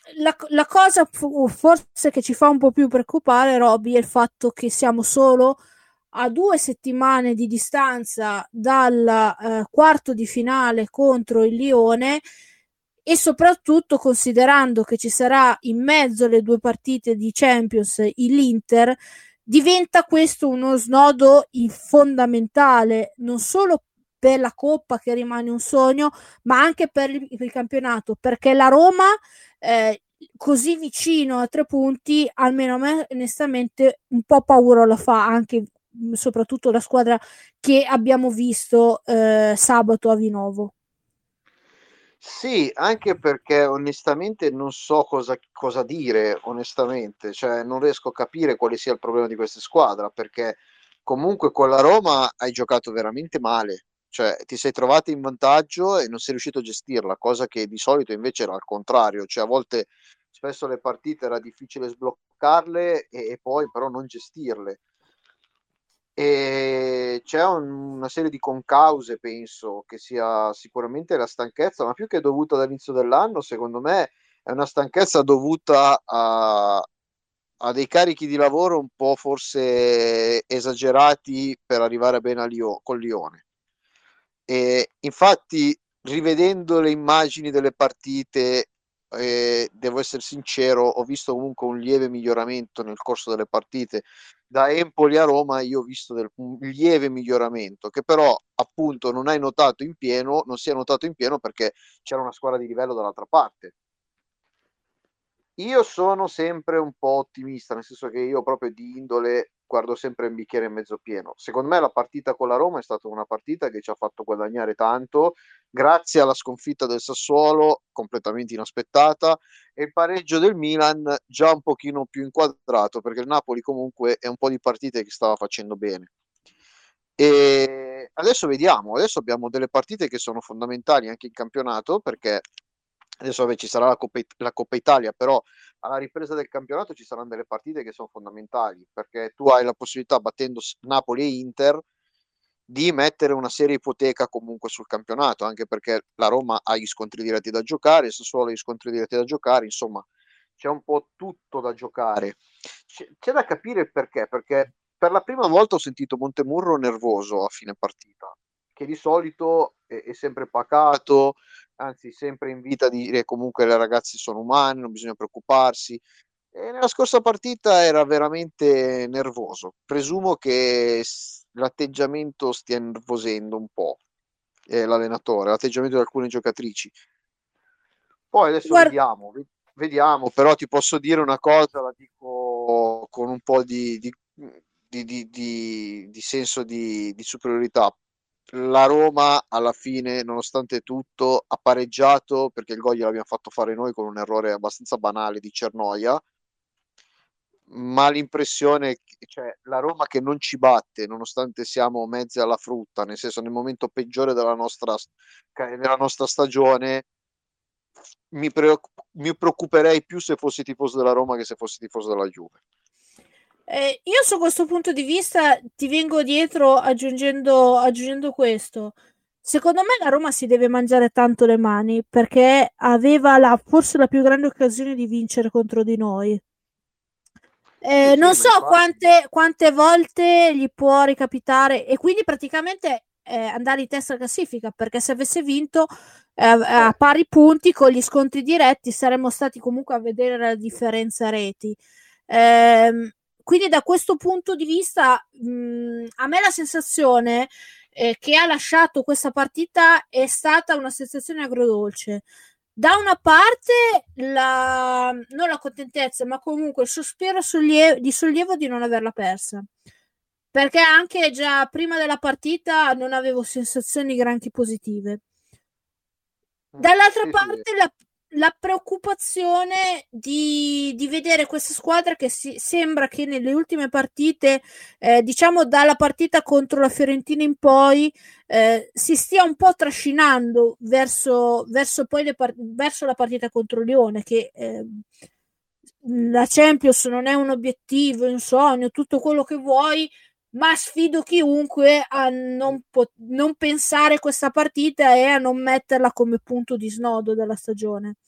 la cosa forse che ci fa un po' più preoccupare, Robby, è il fatto che siamo solo a 2 settimane di distanza dal quarto di finale contro il Lione, e soprattutto considerando che ci sarà in mezzo alle 2 partite di Champions l'Inter, diventa questo uno snodo fondamentale, non solo per la Coppa che rimane un sogno, ma anche per il campionato, perché la Roma così vicino a 3 punti, almeno a me onestamente un po' paura la fa, anche soprattutto la squadra che abbiamo visto sabato a Vinovo. Sì, anche perché onestamente non so cosa dire, onestamente, cioè non riesco a capire quale sia il problema di questa squadra, perché comunque con la Roma hai giocato veramente male, cioè ti sei trovato in vantaggio e non sei riuscito a gestirla, cosa che di solito invece era al contrario, cioè a volte spesso le partite era difficile sbloccarle e poi però non gestirle. E c'è una serie di concause, penso che sia sicuramente la stanchezza, ma più che dovuta dall'inizio dell'anno, secondo me è una stanchezza dovuta a dei carichi di lavoro un po' forse esagerati per arrivare bene con Lione. E infatti, rivedendo le immagini delle partite, devo essere sincero, ho visto comunque un lieve miglioramento nel corso delle partite. Da Empoli a Roma io ho visto un lieve miglioramento, che però appunto non hai notato in pieno, non si è notato in pieno perché c'era una squadra di livello dall'altra parte. Io sono sempre un po' ottimista, nel senso che io proprio di indole guardo sempre il bicchiere mezzo pieno. Secondo me la partita con la Roma è stata una partita che ci ha fatto guadagnare tanto, grazie alla sconfitta del Sassuolo, completamente inaspettata, e il pareggio del Milan già un pochino più inquadrato, perché il Napoli comunque è un po' di partite che stava facendo bene. E adesso vediamo, adesso abbiamo delle partite che sono fondamentali anche in campionato, perché adesso vabbè, ci sarà la Coppa Italia, però alla ripresa del campionato ci saranno delle partite che sono fondamentali, perché tu hai la possibilità, battendo Napoli e Inter, di mettere una seria ipoteca comunque sul campionato, anche perché la Roma ha gli scontri diretti da giocare, il Sassuolo ha gli scontri diretti da giocare, insomma c'è un po' tutto da giocare. C'è da capire il perché per la prima volta ho sentito Montemurro nervoso a fine partita, che di solito è sempre pacato, anzi sempre invita a dire comunque le ragazze sono umane, non bisogna preoccuparsi. E nella scorsa partita era veramente nervoso. Presumo che l'atteggiamento stia nervosendo un po' l'allenatore, l'atteggiamento di alcune giocatrici. Poi adesso Guarda, vediamo, però ti posso dire una cosa, la dico con un po' di senso di superiorità. La Roma alla fine, nonostante tutto, ha pareggiato perché il gol gliel'abbiamo fatto fare noi con un errore abbastanza banale di Cernoia, ma l'impressione, cioè la Roma che non ci batte nonostante siamo mezzi alla frutta, nel senso nel momento peggiore della nostra stagione, mi preoccuperei più se fossi tifoso della Roma che se fossi tifoso della Juve. io su questo punto di vista ti vengo dietro aggiungendo questo. Secondo me la Roma si deve mangiare tanto le mani perché aveva forse la più grande occasione di vincere contro di noi. Sì, sì, Non ma so infatti. quante volte gli può ricapitare, e quindi praticamente andare in testa alla classifica, perché se avesse vinto a pari punti con gli scontri diretti saremmo stati comunque a vedere la differenza reti. Quindi da questo punto di vista a me la sensazione che ha lasciato questa partita è stata una sensazione agrodolce. Da una parte non la contentezza, ma comunque il sospiro di sollievo di non averla persa. Perché anche già prima della partita non avevo sensazioni granché positive. Dall'altra Sì, sì. parte la preoccupazione di vedere questa squadra che sembra che nelle ultime partite, diciamo dalla partita contro la Fiorentina in poi, si stia un po' trascinando verso poi verso la partita contro Lione, che la Champions non è un obiettivo, è un sogno, tutto quello che vuoi, ma sfido chiunque a non pensare questa partita e a non metterla come punto di snodo della stagione.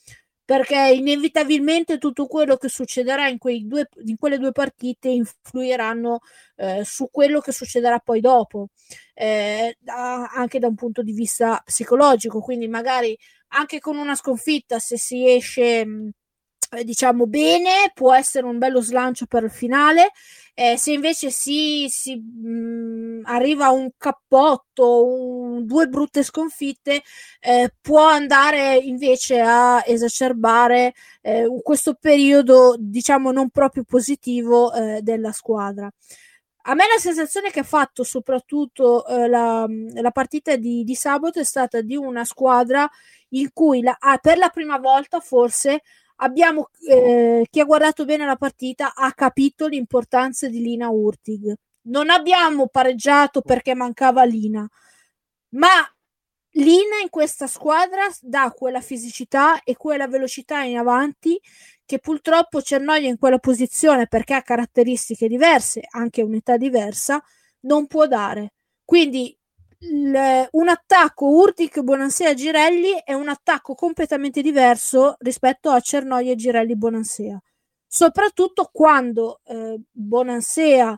perché inevitabilmente tutto quello che succederà in quelle due partite influiranno su quello che succederà poi dopo, anche da un punto di vista psicologico, quindi magari anche con una sconfitta, se si esce diciamo bene, può essere un bello slancio per il finale. Se invece si arriva a un cappotto, due brutte sconfitte, può andare invece a esacerbare questo periodo, diciamo, non proprio positivo della squadra. A me la sensazione che ha fatto soprattutto la partita di sabato è stata di una squadra in cui per la prima volta forse abbiamo chi ha guardato bene la partita ha capito l'importanza di Lina Hurtig. Non abbiamo pareggiato perché mancava Lina, ma Lina in questa squadra dà quella fisicità e quella velocità in avanti che purtroppo Cernoia in quella posizione, perché ha caratteristiche diverse, anche un'età diversa, non può dare. Quindi un attacco Hurtig-Bonansea Girelli è un attacco completamente diverso rispetto a Cernoia Girelli-Bonansea, soprattutto quando Bonansea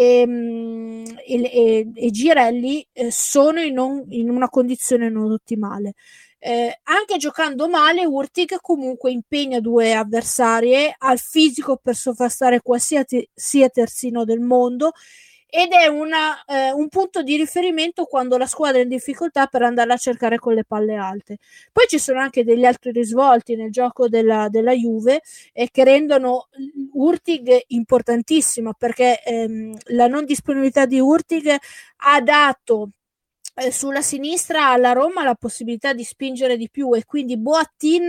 e Girelli sono in una condizione non ottimale. Anche giocando male, Hurtig comunque impegna due avversarie, ha il fisico per sovrastare qualsiasi sia terzino del mondo, ed è un punto di riferimento quando la squadra è in difficoltà per andarla a cercare con le palle alte. Poi ci sono anche degli altri risvolti nel gioco della Juve che rendono Hurtig importantissima, perché la non disponibilità di Hurtig ha dato sulla sinistra alla Roma la possibilità di spingere di più, e quindi Boattin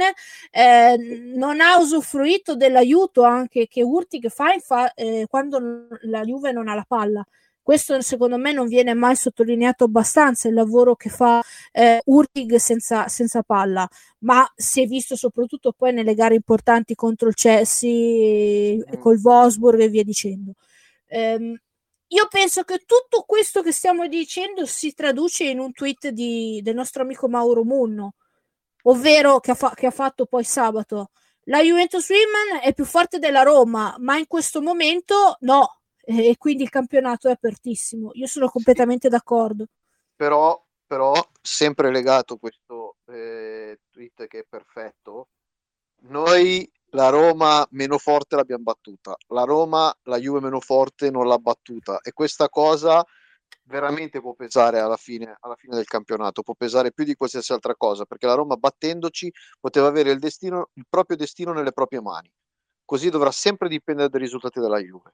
non ha usufruito dell'aiuto anche che Hurtig fa quando la Juve non ha la palla. Questo secondo me non viene mai sottolineato abbastanza, il lavoro che fa Hurtig senza palla, ma si è visto soprattutto poi nelle gare importanti contro il Chelsea, col Wolfsburg e via dicendo. Io penso che tutto questo che stiamo dicendo si traduce in un tweet del nostro amico Mauro Munno, ovvero che ha fatto poi sabato: la Juventus Women è più forte della Roma, ma in questo momento no, e quindi il campionato è apertissimo. Io sono completamente d'accordo. Però sempre legato questo tweet che è perfetto, noi la Roma meno forte l'abbiamo battuta, la Juve meno forte non l'ha battuta, e questa cosa veramente può pesare alla fine del campionato, può pesare più di qualsiasi altra cosa, perché la Roma battendoci poteva avere il proprio destino nelle proprie mani. Così dovrà sempre dipendere dai risultati della Juve.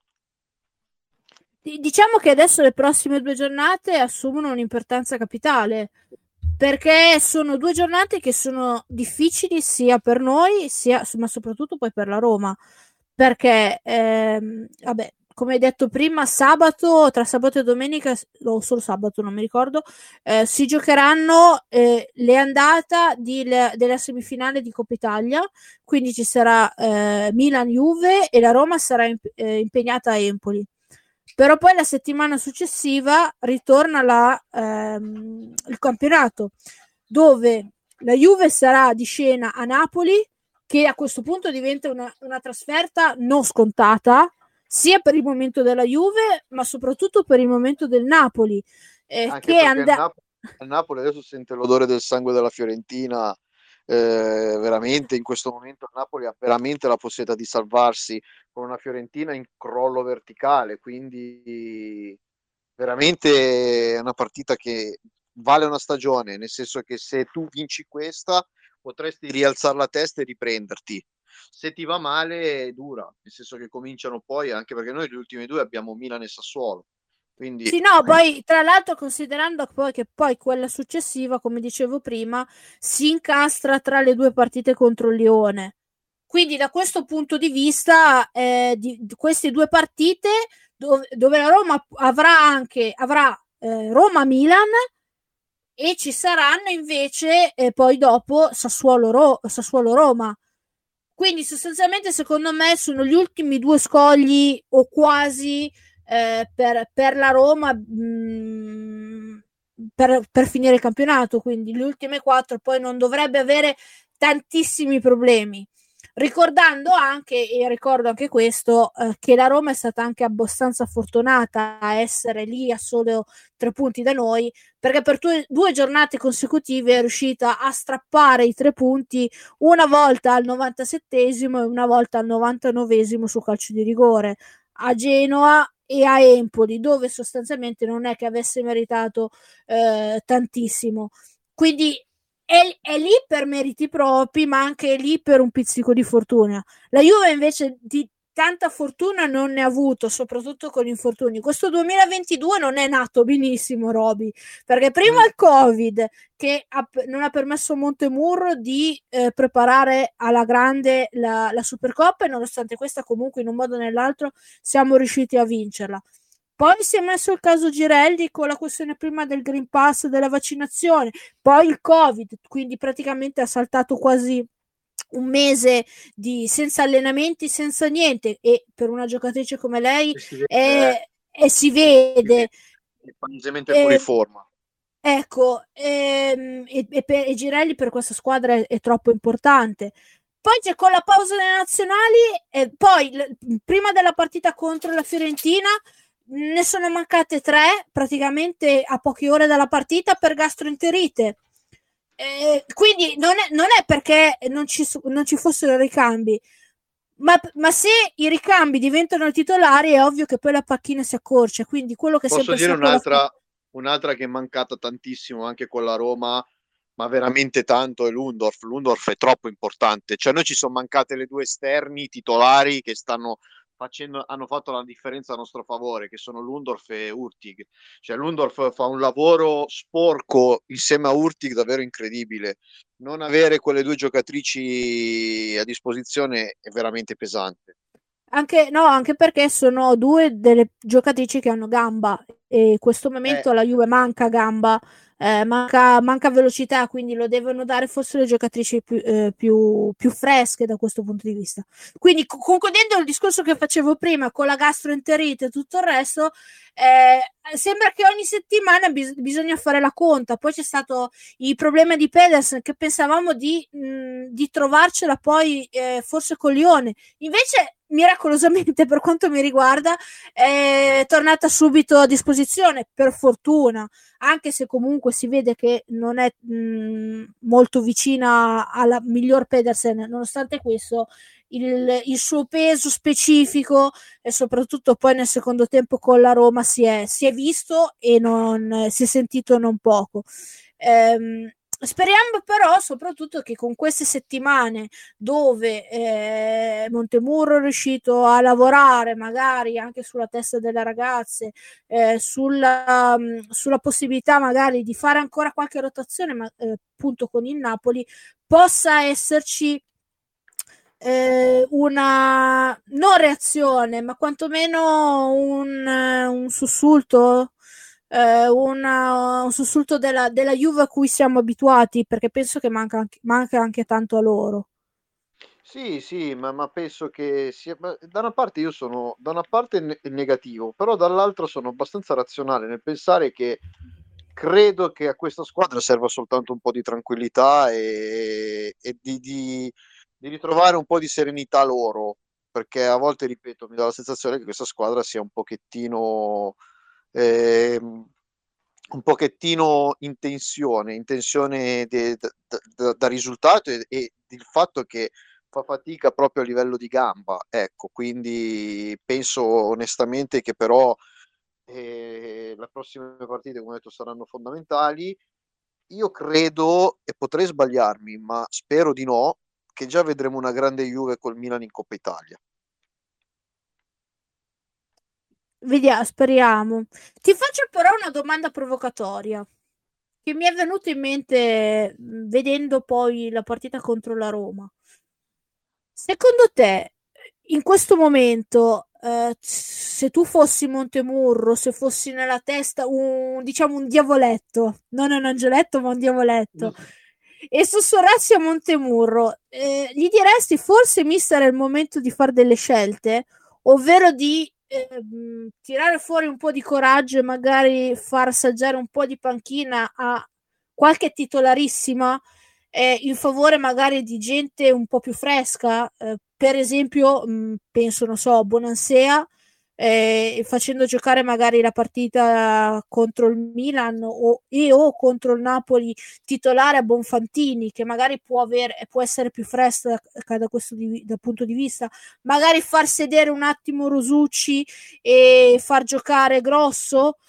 Diciamo che adesso le prossime 2 giornate assumono un'importanza capitale, perché sono 2 giornate che sono difficili sia per noi, ma soprattutto poi per la Roma, perché vabbè, come hai detto prima, tra sabato e domenica, o solo sabato, non mi ricordo, si giocheranno le andate della semifinale di Coppa Italia, quindi ci sarà Milan-Juve e la Roma sarà impegnata a Empoli. Però poi la settimana successiva ritorna il campionato, dove la Juve sarà di scena a Napoli, che a questo punto diventa una trasferta non scontata, sia per il momento della Juve, ma soprattutto per il momento del Napoli. Anche perché il Napoli adesso sente l'odore del sangue della Fiorentina. Veramente in questo momento il Napoli ha veramente la possibilità di salvarsi con una Fiorentina in crollo verticale, quindi veramente è una partita che vale una stagione, nel senso che se tu vinci questa potresti rialzare la testa e riprenderti. Se ti va male è dura, nel senso che cominciano poi, anche perché noi gli ultimi due abbiamo Milan e Sassuolo. Quindi, sì, no, poi tra l'altro considerando poi che poi quella successiva, come dicevo prima, si incastra tra le 2 partite contro il Lione. Quindi da questo punto di vista, di queste 2 partite dove la Roma avrà Roma-Milan, e ci saranno invece poi dopo Sassuolo-Roma. Quindi sostanzialmente secondo me sono gli ultimi 2 scogli o quasi per la Roma per finire il campionato, quindi le ultime 4 poi non dovrebbe avere tantissimi problemi. Ricordando anche, e ricordo anche questo, che la Roma è stata anche abbastanza fortunata a essere lì a solo 3 punti da noi, perché per due giornate consecutive è riuscita a strappare i 3 punti, una volta al 97esimo e una volta al 99esimo su calcio di rigore, a Genoa e a Empoli, dove sostanzialmente non è che avesse meritato tantissimo. Quindi è lì per meriti propri, ma anche lì per un pizzico di fortuna. La Juve invece di tanta fortuna non ne ha avuto, soprattutto con gli infortuni. Questo 2022 non è nato benissimo, Roby, perché prima il Covid, che non ha permesso a Montemurro di preparare alla grande la Supercoppa, e nonostante questa comunque in un modo o nell'altro siamo riusciti a vincerla. Poi si è messo il caso Girelli con la questione prima del Green Pass, della vaccinazione, poi il Covid, quindi praticamente ha saltato quasi un mese senza allenamenti, senza niente, e per una giocatrice come lei si vede palesemente fuori forma. Ecco, e Girelli per questa squadra è troppo importante. Poi c'è con la pausa delle nazionali, e poi prima della partita contro la Fiorentina ne sono mancate 3 praticamente a poche ore dalla partita per gastroenterite. Quindi non è perché non ci fossero ricambi, ma se i ricambi diventano titolari è ovvio che poi la panchina si accorcia. Quindi quello che posso dire un'altra che è mancata tantissimo anche con la Roma, ma veramente tanto, è Lundorf. Lundorf è troppo importante, cioè noi ci sono mancate le 2 esterni titolari che hanno fatto la differenza a nostro favore, che sono Lundorf e Hurtig. Cioè Lundorf fa un lavoro sporco insieme a Hurtig davvero incredibile. Non avere quelle 2 giocatrici a disposizione è veramente pesante. Anche perché sono 2 delle giocatrici che hanno gamba, e in questo momento la Juve manca gamba, manca velocità, quindi lo devono dare forse le giocatrici più fresche da questo punto di vista. Quindi concludendo il discorso che facevo prima con la gastroenterite e tutto il resto, sembra che ogni settimana bisogna fare la conta. Poi c'è stato il problema di Pedersen, che pensavamo di trovarcela poi forse con Lione, invece miracolosamente per quanto mi riguarda è tornata subito a disposizione, per fortuna, anche se comunque si vede che non è molto vicina alla miglior Pedersen. Nonostante questo il suo peso specifico, e soprattutto poi nel secondo tempo con la Roma si è visto e si è sentito non poco. Speriamo però soprattutto che con queste settimane dove Montemurro è riuscito a lavorare magari anche sulla testa delle ragazze, sulla possibilità magari di fare ancora qualche rotazione, ma appunto con il Napoli possa esserci una non reazione, ma quantomeno un sussulto, un sussulto della Juve a cui siamo abituati, perché penso che manca anche tanto a loro. Sì, ma penso che sia. Da una parte io sono da una parte negativo, però dall'altra sono abbastanza razionale nel pensare che credo che a questa squadra serva soltanto un po' di tranquillità e di ritrovare un po' di serenità loro, perché a volte, ripeto, mi dà la sensazione che questa squadra sia un pochettino in tensione da risultato e il fatto che fa fatica proprio a livello di gamba, ecco, quindi penso onestamente che però le prossime partite, come ho detto, saranno fondamentali. Io credo, e potrei sbagliarmi, ma spero di no, che già vedremo una grande Juve col Milan in Coppa Italia. Vediamo, speriamo. Ti faccio però una domanda provocatoria che mi è venuta in mente vedendo poi la partita contro la Roma. Secondo te, in questo momento, se tu fossi Montemurro, se fossi nella testa diciamo un diavoletto, non un angioletto, ma un diavoletto, e sussurrassi a Montemurro, gli diresti forse mister è il momento di fare delle scelte, ovvero di tirare fuori un po' di coraggio e magari far assaggiare un po' di panchina a qualche titolarissima, in favore magari di gente un po' più fresca, per esempio, penso, non so, Bonansea, facendo giocare magari la partita contro il Milan o contro il Napoli titolare a Bonfantini, che magari può essere più fresca da questo dal punto di vista, magari far sedere un attimo Rosucci e far giocare Grosso.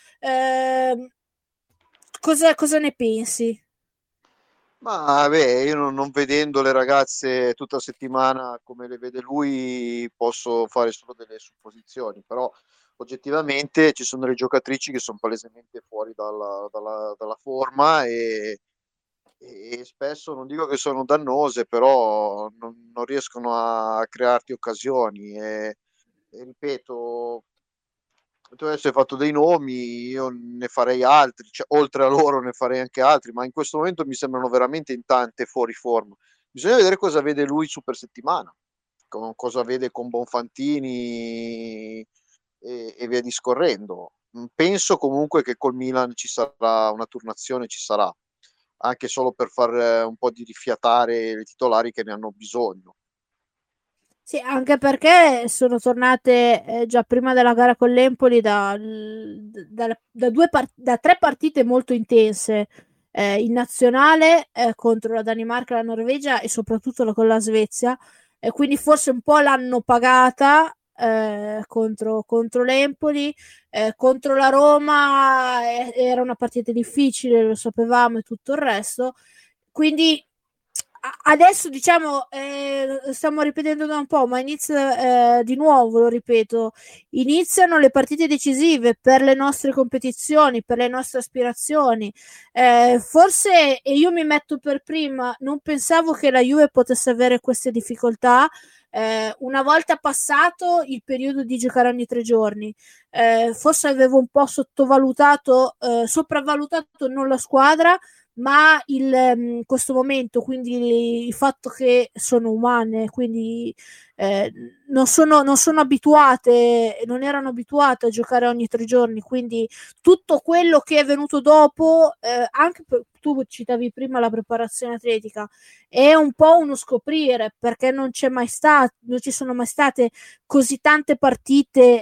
Cosa ne pensi? Ma vabbè, io non vedendo le ragazze tutta la settimana come le vede lui, posso fare solo delle supposizioni, però oggettivamente ci sono delle giocatrici che sono palesemente fuori dalla forma e spesso non dico che sono dannose, però non riescono a crearti occasioni. E ripeto, tu adesso hai fatto dei nomi, io ne farei altri, cioè, oltre a loro ne farei anche altri, ma in questo momento mi sembrano veramente in tante fuori forma. Bisogna vedere cosa vede lui su per settimana, cosa vede con Bonfantini e via discorrendo. Penso comunque che col Milan ci sarà una turnazione, ci sarà, anche solo per far un po' di rifiatare i titolari che ne hanno bisogno. Sì, anche perché sono tornate già prima della gara con l'Empoli da 3 partite molto intense in nazionale contro la Danimarca, la Norvegia e soprattutto con la Svezia. Quindi forse un po' l'hanno pagata contro l'Empoli. Contro la Roma era una partita difficile, lo sapevamo e tutto il resto. Quindi adesso diciamo stiamo ripetendo da un po', ma inizia di nuovo, lo ripeto, iniziano le partite decisive per le nostre competizioni, per le nostre aspirazioni. Forse, e io mi metto per prima, non pensavo che la Juve potesse avere queste difficoltà. Una volta passato il periodo di giocare ogni 3 giorni, forse avevo un po' sopravvalutato non la squadra, ma questo momento, quindi il fatto che sono umane, quindi non sono abituate, non erano abituate a giocare ogni 3 giorni, quindi tutto quello che è venuto dopo, tu citavi prima la preparazione atletica, è un po' uno scoprire, perché non ci sono mai state così tante partite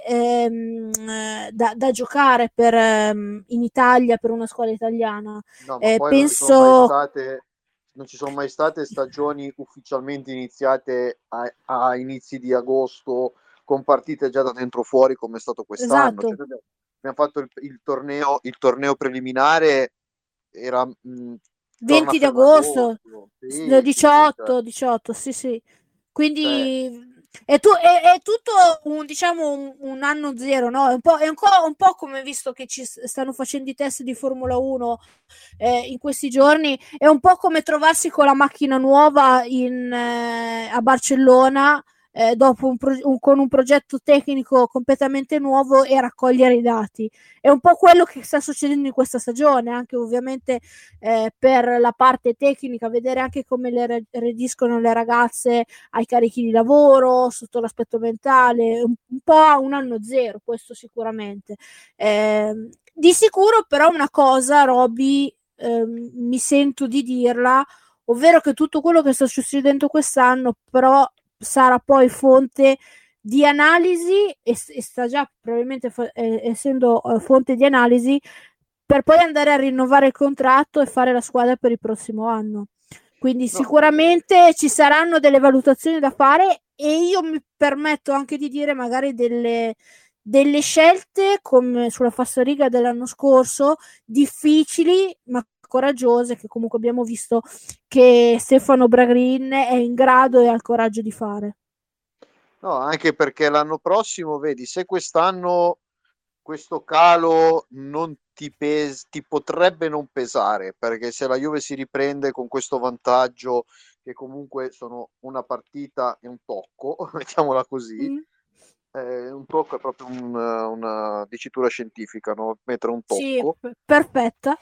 da giocare in Italia per una squadra italiana. No, ma poi Penso non ci sono mai state stagioni ufficialmente iniziate a inizi di agosto con partite già da dentro fuori come è stato quest'anno. esatto, Cioè, noi abbiamo fatto il torneo preliminare, era torna 20 di agosto, Ferragosto, sì, sì, sì, 18, sì, sì. cioè, Quindi è tutto diciamo un anno zero, no? È un po' come visto che ci stanno facendo i test di Formula 1 in questi giorni, è un po' come trovarsi con la macchina nuova a Barcellona dopo con un progetto tecnico completamente nuovo e raccogliere i dati. È un po' quello che sta succedendo in questa stagione, anche ovviamente per la parte tecnica, vedere anche come reagiscono le ragazze ai carichi di lavoro, sotto l'aspetto mentale, un po' a un anno zero, questo sicuramente. Di sicuro però una cosa, Roby, mi sento di dirla, ovvero che tutto quello che sta succedendo quest'anno però sarà poi fonte di analisi e sta già probabilmente essendo fonte di analisi per poi andare a rinnovare il contratto e fare la squadra per il prossimo anno. Quindi no, sicuramente ci saranno delle valutazioni da fare e io mi permetto anche di dire magari delle scelte come sulla falsariga dell'anno scorso, difficili ma coraggiose, che comunque abbiamo visto che Stefano Bragrin è in grado e ha il coraggio di fare. no, anche perché l'anno prossimo, vedi, se quest'anno questo calo non ti potrebbe non pesare, perché se la Juve si riprende con questo vantaggio, che comunque sono una partita e un tocco, mettiamola così, Mm. un tocco è proprio una dicitura scientifica, no? Mettere un Sì, tocco. perfetta.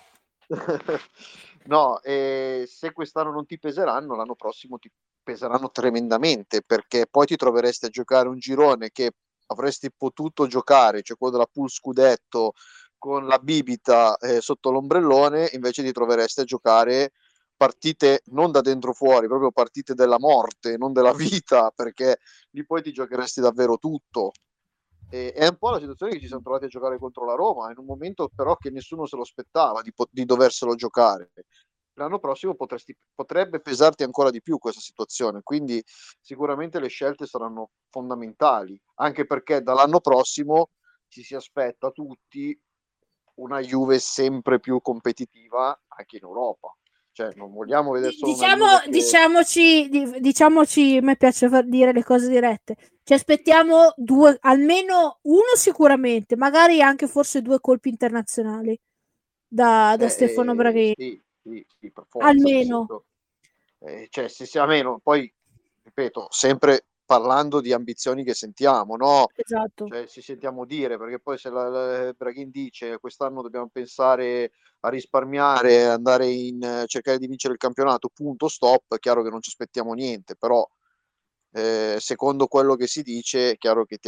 No, se quest'anno non ti peseranno, l'anno prossimo ti peseranno tremendamente, perché poi ti troveresti a giocare un girone che avresti potuto giocare, cioè quello della pool scudetto con la bibita sotto l'ombrellone, invece ti troveresti a giocare partite non da dentro fuori, proprio partite della morte, non della vita, perché lì poi ti giocheresti davvero tutto. E è un po' la situazione che ci siamo trovati a giocare contro la Roma, in un momento però che nessuno se lo aspettava di doverselo giocare. L'anno prossimo potrebbe pesarti ancora di più questa situazione, quindi sicuramente le scelte saranno fondamentali, anche perché dall'anno prossimo ci si aspetta tutti una Juve sempre più competitiva anche in Europa. Cioè, non vogliamo vedere solo una Diciamo, Juve che... diciamoci, a me piace dire le cose dirette. Ci aspettiamo due, almeno uno sicuramente, magari anche forse due colpi internazionali da Stefano Braghini. sì, sì, sì, per forza, nel Almeno, senso, cioè, se sia meno, poi, ripeto, sempre parlando di ambizioni che sentiamo, no? esatto. Cioè, ci sentiamo dire, perché poi se Braghin dice quest'anno dobbiamo pensare a risparmiare, andare in cercare di vincere il campionato, punto, stop, è chiaro che non ci aspettiamo niente, però secondo quello che si dice è chiaro che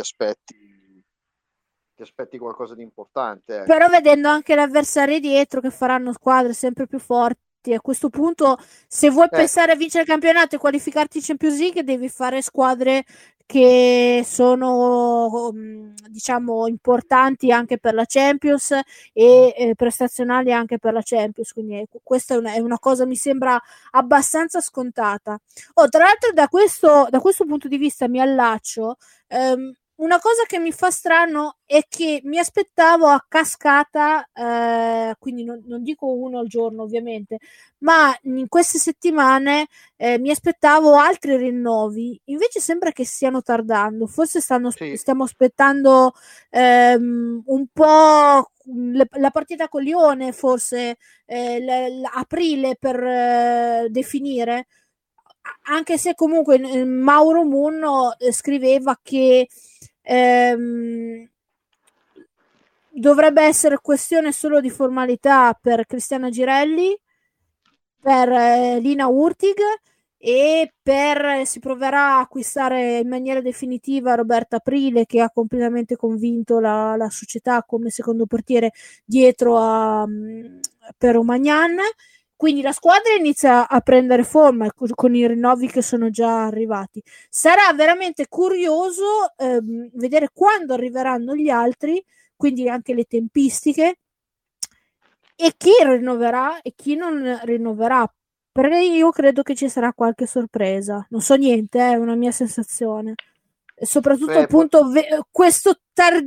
ti aspetti qualcosa di importante, Però ecco. vedendo anche l'avversario dietro che faranno squadre sempre più forti, a questo punto, se vuoi Eh, pensare a vincere il campionato e qualificarti in Champions League, devi fare squadre che sono, diciamo, importanti anche per la Champions e prestazionali anche per la Champions. Quindi questa è una cosa, mi sembra abbastanza scontata. Oh, tra l'altro, da questo punto di vista mi allaccio. Una cosa che mi fa strano è che mi aspettavo a cascata, quindi non dico uno al giorno ovviamente, ma in queste settimane mi aspettavo altri rinnovi, invece sembra che stiano tardando, forse sì, stiamo aspettando un po' la partita con Lione, forse aprile per definire, anche se comunque Mauro Munno scriveva che ehm, dovrebbe essere questione solo di formalità per Cristiana Girelli, per Lina Urtig e si proverà a acquistare in maniera definitiva Roberta Aprile, che ha completamente convinto la società come secondo portiere dietro per Romagnan. Quindi la squadra inizia a prendere forma con i rinnovi che sono già arrivati. Sarà veramente curioso vedere quando arriveranno gli altri, quindi anche le tempistiche, e chi rinnoverà e chi non rinnoverà. Perché io credo che ci sarà qualche sorpresa. Non so niente, è una mia sensazione. E soprattutto beh, appunto questo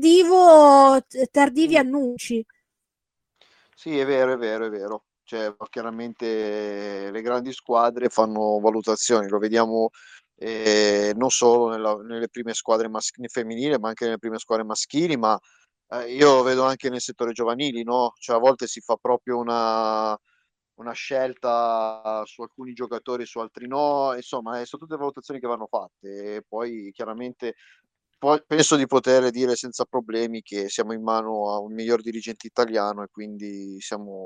tardivi annunci. sì, è vero, è vero, è vero. Cioè, chiaramente le grandi squadre fanno valutazioni, lo vediamo non solo nelle prime squadre femminili, ma anche nelle prime squadre maschili, ma io lo vedo anche nel settore giovanili, no? Cioè, a volte si fa proprio una scelta su alcuni giocatori, su altri no, insomma, sono tutte valutazioni che vanno fatte. E poi chiaramente penso di poter dire senza problemi che siamo in mano a un miglior dirigente italiano e quindi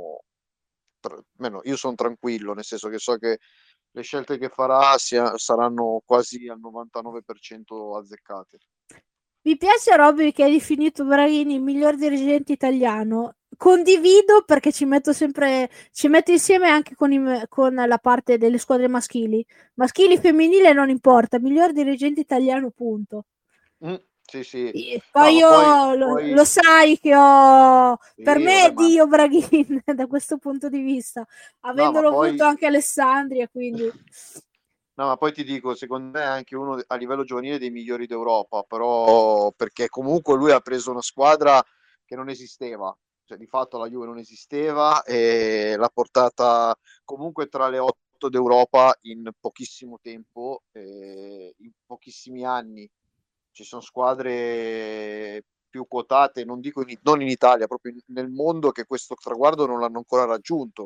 almeno io sono tranquillo, nel senso che so che le scelte che farà saranno quasi al 99% azzeccate. Mi piace Robby che hai definito Braghini il miglior dirigente italiano. Condivido perché ci metto insieme anche con la parte delle squadre maschili. Maschili, femminile non importa, miglior dirigente italiano, punto. Mm, sì, sì. No, Poi ma io lo poi sai che ho, per sì, me vabbè, è Dio Braghin da questo punto di vista, no, ma avendolo avuto poi anche Alessandria, quindi No, ma poi ti dico, secondo me è anche uno a livello giovanile dei migliori d'Europa, però perché comunque lui ha preso una squadra che non esisteva, cioè di fatto la Juve non esisteva e l'ha portata comunque tra le otto d'Europa in pochissimo tempo, in pochissimi anni. Ci sono squadre più quotate, non dico non in Italia, proprio nel mondo che questo traguardo non l'hanno ancora raggiunto.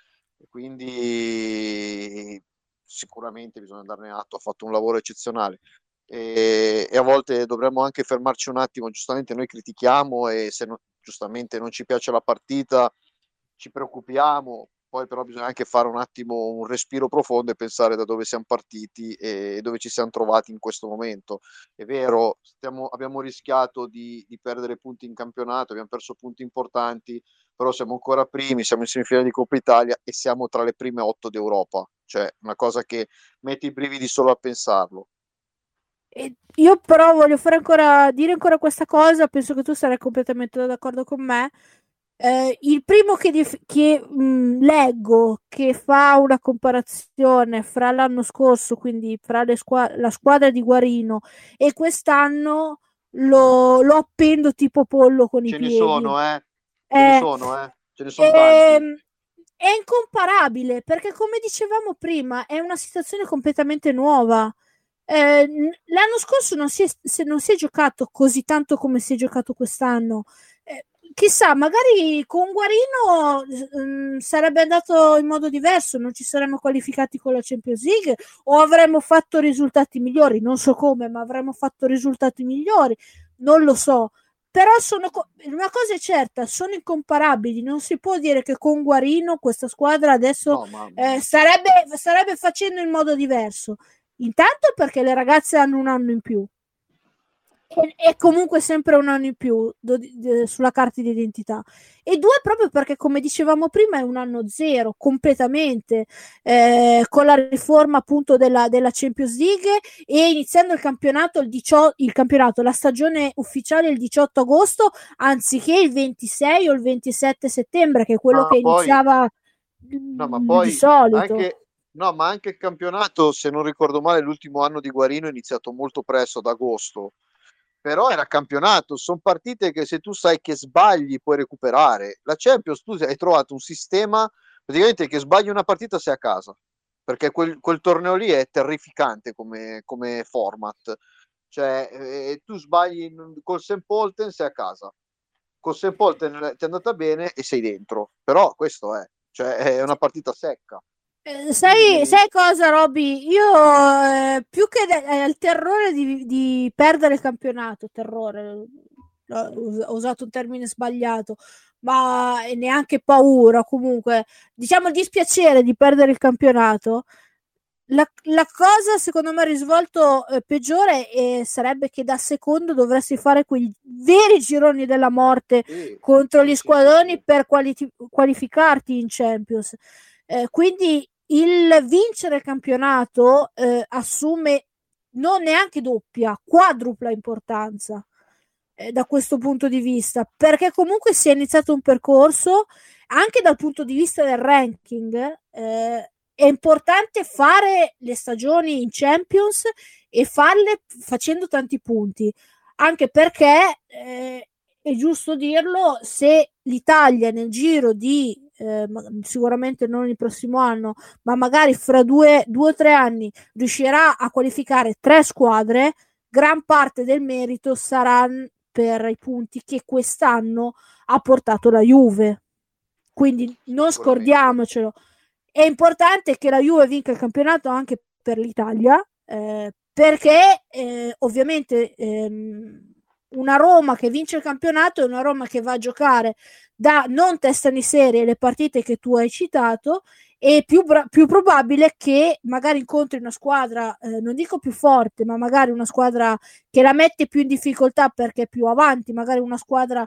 Quindi sicuramente bisogna darne atto, ha fatto un lavoro eccezionale e a volte dovremmo anche fermarci un attimo, giustamente noi critichiamo e se giustamente non ci piace la partita ci preoccupiamo, poi però bisogna anche fare un attimo un respiro profondo e pensare da dove siamo partiti e dove ci siamo trovati in questo momento. È vero, abbiamo rischiato di perdere punti in campionato, abbiamo perso punti importanti, però siamo ancora primi, siamo in semifinale di Coppa Italia e siamo tra le prime 8 d'Europa, cioè una cosa che mette i brividi solo a pensarlo. E io però voglio dire ancora questa cosa, penso che tu sarai completamente d'accordo con me. Il primo che leggo che fa una comparazione fra l'anno scorso, quindi fra la squadra di Guarino e quest'anno, lo appendo tipo pollo con i Ce ne piedi. sono, eh? Ce ne Eh, sono, eh? Ce ne sono tanti. ehm, è incomparabile perché, come dicevamo prima, è una situazione completamente nuova. L'anno scorso non si è giocato così tanto come si è giocato quest'anno. Chissà, magari con Guarino sarebbe andato in modo diverso, non ci saremmo qualificati con la Champions League o avremmo fatto risultati migliori. Non so come, ma avremmo fatto risultati migliori. Non lo so. Però una cosa è certa, sono incomparabili. Non si può dire che con Guarino questa squadra adesso No, ma starebbe facendo in modo diverso. Intanto perché le ragazze hanno un anno in più e comunque sempre un anno in più sulla carta di identità, e due proprio perché, come dicevamo prima, è un anno zero completamente, con la riforma appunto della Champions League, e iniziando la stagione ufficiale il 18 agosto anziché il 26 o il 27 settembre, che è quello che poi, iniziava no, ma di poi solito. anche, no, ma anche il campionato, se non ricordo male, l'ultimo anno di Guarino è iniziato molto presto, ad agosto. Però era campionato, sono partite che se tu sai che sbagli puoi recuperare. La Champions tu hai trovato un sistema praticamente che sbagli una partita sei a casa, perché quel torneo lì è terrificante come format. Cioè, tu sbagli col St. Polten sei a casa, col St. Polten ti è andata bene e sei dentro, però questo è, cioè, è una partita secca. Quindi, Sai cosa, Roby? Io più che il terrore di perdere il campionato, terrore, ho usato un termine sbagliato, ma neanche paura, comunque, diciamo il dispiacere di perdere il campionato. La cosa, secondo me, il risvolto peggiore sarebbe che da secondo dovresti fare quei veri gironi della morte sì, contro sì, gli sì, sì, squadroni sì. per qualificarti in Champions. Quindi il vincere il campionato assume non neanche doppia, quadrupla importanza da questo punto di vista, perché comunque si è iniziato un percorso anche dal punto di vista del ranking. È importante fare le stagioni in Champions e farle facendo tanti punti, anche perché è giusto dirlo, se l'Italia nel giro di sicuramente non il prossimo anno, ma magari fra 2 o 3 anni riuscirà a qualificare 3 squadre, gran parte del merito sarà per i punti che quest'anno ha portato la Juve. Quindi non Sicuramente. scordiamocelo. È importante che la Juve vinca il campionato anche per l'Italia, perché ovviamente una Roma che vince il campionato è una Roma che va a giocare da non testa di serie le partite che tu hai citato, è più probabile che magari incontri una squadra, non dico più forte, ma magari una squadra che la mette più in difficoltà perché è più avanti, magari una squadra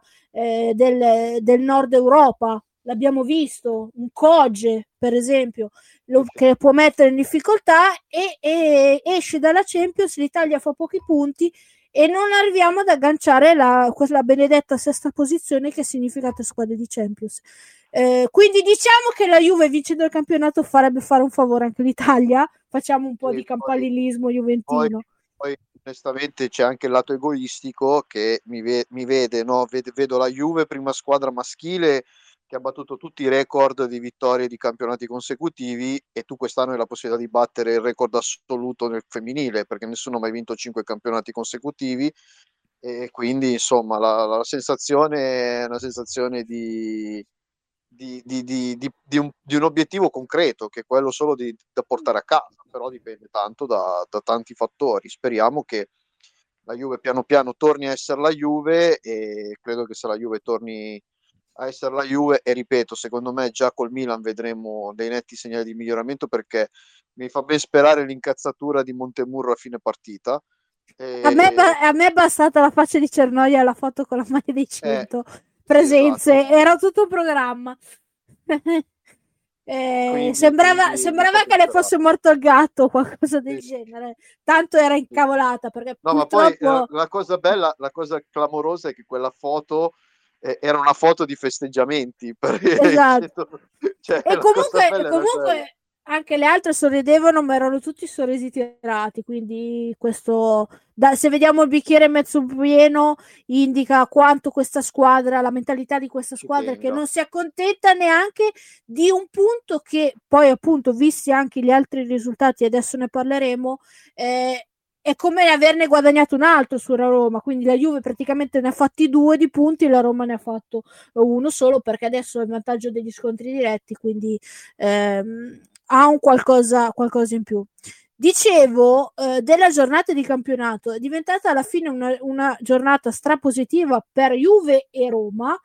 del nord Europa. L'abbiamo visto, un Coge per esempio, Sì, sì. che può mettere in difficoltà, e esce dalla Champions, l'Italia fa pochi punti e non arriviamo ad agganciare quella benedetta sesta posizione, che significa 3 squadre di Champions. Quindi diciamo che la Juve, vincendo il campionato, farebbe fare un favore anche all'Italia. Facciamo un po' di Sì, campanilismo poi, juventino. poi, onestamente c'è anche il lato egoistico che mi vede, no? Vedo la Juve prima squadra maschile che ha battuto tutti i record di vittorie di campionati consecutivi, e tu quest'anno hai la possibilità di battere il record assoluto nel femminile, perché nessuno ha mai vinto 5 campionati consecutivi, e quindi insomma la sensazione è una sensazione di un obiettivo concreto, che è quello solo da portare a casa, però dipende tanto da tanti fattori. Speriamo che la Juve piano piano torni a essere la Juve, e credo che se la Juve torni a essere la Juve, e ripeto, secondo me già col Milan vedremo dei netti segnali di miglioramento, perché mi fa ben sperare l'incazzatura di Montemurro a fine partita. A me è bastata la faccia di Cernoia e la foto con la maglia dei 100 sì, esatto. presenze, era tutto un programma. Quindi mi fa Sembrava ben che le sperare. fosse morto il gatto o qualcosa del Sì, sì, genere, tanto era sì. incavolata perché No, ma poi purtroppo la cosa bella, la cosa clamorosa è che quella foto era una foto di festeggiamenti per il esatto. 100. Cioè, E la cosa comunque, bella era quella. anche le altre sorridevano, ma erano tutti sorrisi tirati. Quindi, questo, se vediamo il bicchiere mezzo pieno, indica quanto questa squadra, la mentalità di questa Ci squadra, che tenga. non si accontenta neanche di un punto che poi, appunto, visti anche gli altri risultati, adesso ne parleremo. È come averne guadagnato un altro sulla Roma, quindi la Juve praticamente ne ha fatti 2 di punti, la Roma ne ha fatto uno solo, perché adesso è il vantaggio degli scontri diretti, quindi ha un qualcosa in più. Dicevo, della giornata di campionato, è diventata alla fine una giornata strapositiva per Juve e Roma,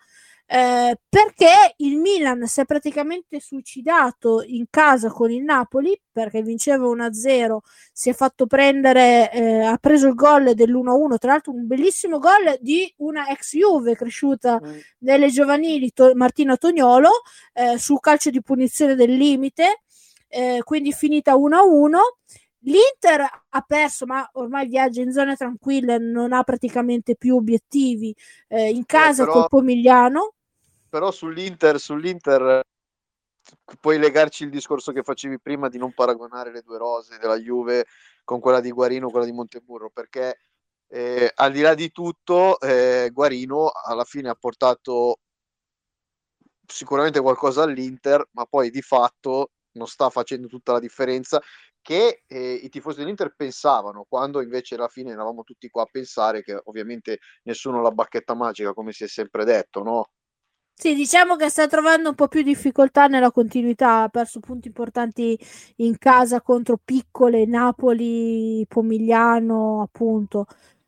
perché il Milan si è praticamente suicidato in casa con il Napoli, perché vinceva 1-0, si è fatto prendere, ha preso il gol dell'1-1, tra l'altro un bellissimo gol di una ex Juve cresciuta nelle giovanili, Martina Tognolo, sul calcio di punizione del limite, quindi finita 1-1. L'Inter ha perso, ma ormai viaggia in zone tranquille, non ha praticamente più obiettivi, in casa col Però, Pomigliano. però sull'Inter puoi legarci il discorso che facevi prima di non paragonare le due rose della Juve con quella di Guarino, quella di Montemurro, perché al di là di tutto, Guarino alla fine ha portato sicuramente qualcosa all'Inter, ma poi di fatto non sta facendo tutta la differenza che i tifosi dell'Inter pensavano, quando invece alla fine eravamo tutti qua a pensare che ovviamente nessuno ha la bacchetta magica, come si è sempre detto, no? Sì, diciamo che sta trovando un po' più difficoltà nella continuità, ha perso punti importanti in casa contro piccole Napoli, Pomigliano, appunto.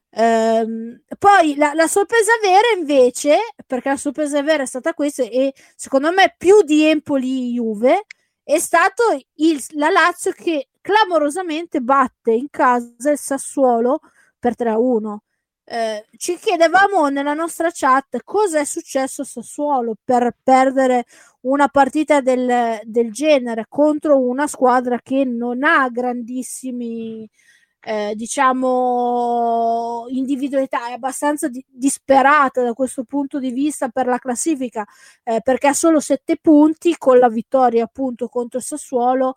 Poi la sorpresa vera invece, perché la sorpresa vera è stata questa, e secondo me più di Empoli-Juve, è stato la Lazio che clamorosamente batte in casa il Sassuolo per 3-1. Ci chiedevamo nella nostra chat cosa è successo a Sassuolo per perdere una partita del genere contro una squadra che non ha grandissimi, diciamo, individualità, è abbastanza disperata da questo punto di vista per la classifica, perché ha solo 7 punti con la vittoria appunto contro il Sassuolo,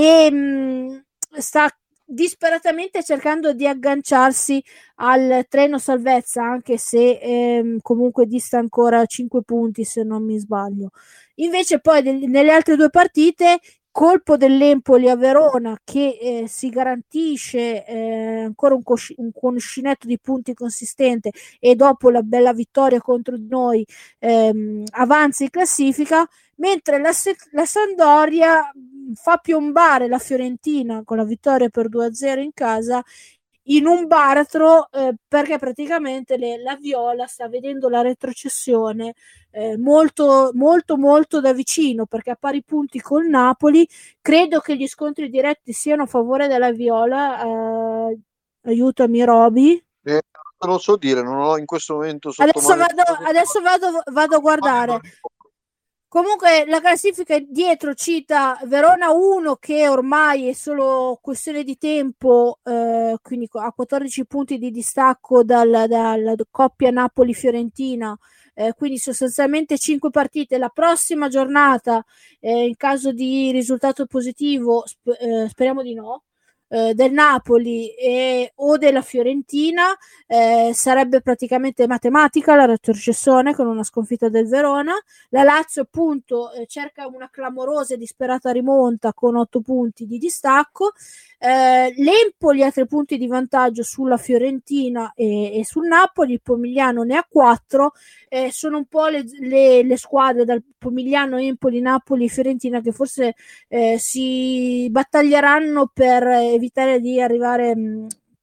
e sta disperatamente cercando di agganciarsi al treno salvezza, anche se comunque dista ancora 5 punti se non mi sbaglio. Invece poi nelle altre 2 partite, colpo dell'Empoli a Verona che si garantisce ancora un cuscinetto di punti consistente, e dopo la bella vittoria contro noi avanza in classifica, mentre la Sampdoria fa piombare la Fiorentina con la vittoria per 2-0 in casa in un baratro, perché praticamente la Viola sta vedendo la retrocessione molto molto molto da vicino, perché a pari punti col Napoli. Credo che gli scontri diretti siano a favore della Viola. Aiutami Roby. Non so dire, non ho in questo momento sotto Adesso mano. vado a guardare. Comunque la classifica è dietro, cita Verona 1 che ormai è solo questione di tempo, quindi a 14 punti di distacco dalla coppia Napoli-Fiorentina, quindi sostanzialmente 5 partite. La prossima giornata, in caso di risultato positivo, speriamo di no, del Napoli o della Fiorentina, sarebbe praticamente matematica la retrocessione con una sconfitta del Verona. La Lazio appunto cerca una clamorosa e disperata rimonta con 8 punti di distacco. L'Empoli ha 3 punti di vantaggio sulla Fiorentina e sul Napoli. Il Pomigliano ne ha 4. Sono un po' le squadre dal Pomigliano, Empoli, Napoli e Fiorentina che forse si battaglieranno per evitare di arrivare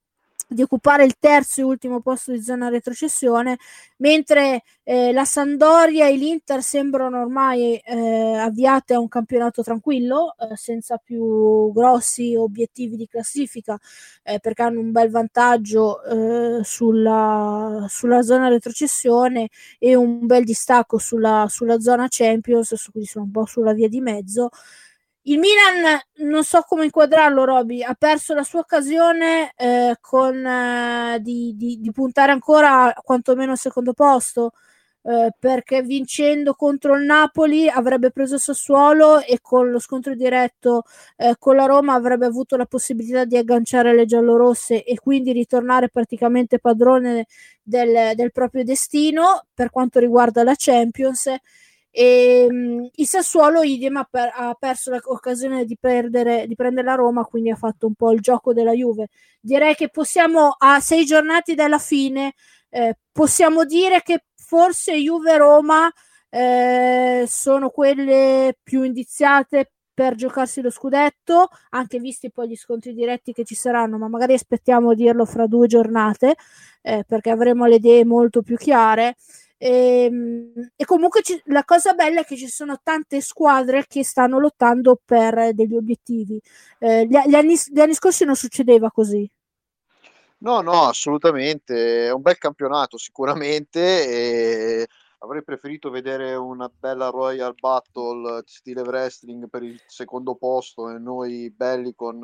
di occupare il terzo e ultimo posto di zona retrocessione, mentre la Sampdoria e l'Inter sembrano ormai avviate a un campionato tranquillo, senza più grossi obiettivi di classifica, perché hanno un bel vantaggio sulla zona retrocessione e un bel distacco sulla zona Champions, quindi sono un po' sulla via di mezzo. Il Milan, non so come inquadrarlo, Roby, ha perso la sua occasione di puntare ancora quantomeno al secondo posto, perché vincendo contro il Napoli avrebbe preso il Sassuolo e con lo scontro diretto con la Roma avrebbe avuto la possibilità di agganciare le giallorosse e quindi ritornare praticamente padrone del proprio destino per quanto riguarda la Champions. E il Sassuolo idem ha perso l'occasione di prendere la Roma, quindi ha fatto un po' il gioco della Juve. Direi che possiamo, a 6 giornate dalla fine, possiamo dire che forse Juve e Roma sono quelle più indiziate per giocarsi lo scudetto, anche visti poi gli scontri diretti che ci saranno, ma magari aspettiamo a dirlo fra 2 giornate, perché avremo le idee molto più chiare. E comunque la cosa bella è che ci sono tante squadre che stanno lottando per degli obiettivi. Gli anni scorsi non succedeva così. No, assolutamente, è un bel campionato sicuramente, e avrei preferito vedere una bella Royal Battle stile wrestling per il secondo posto e noi belli con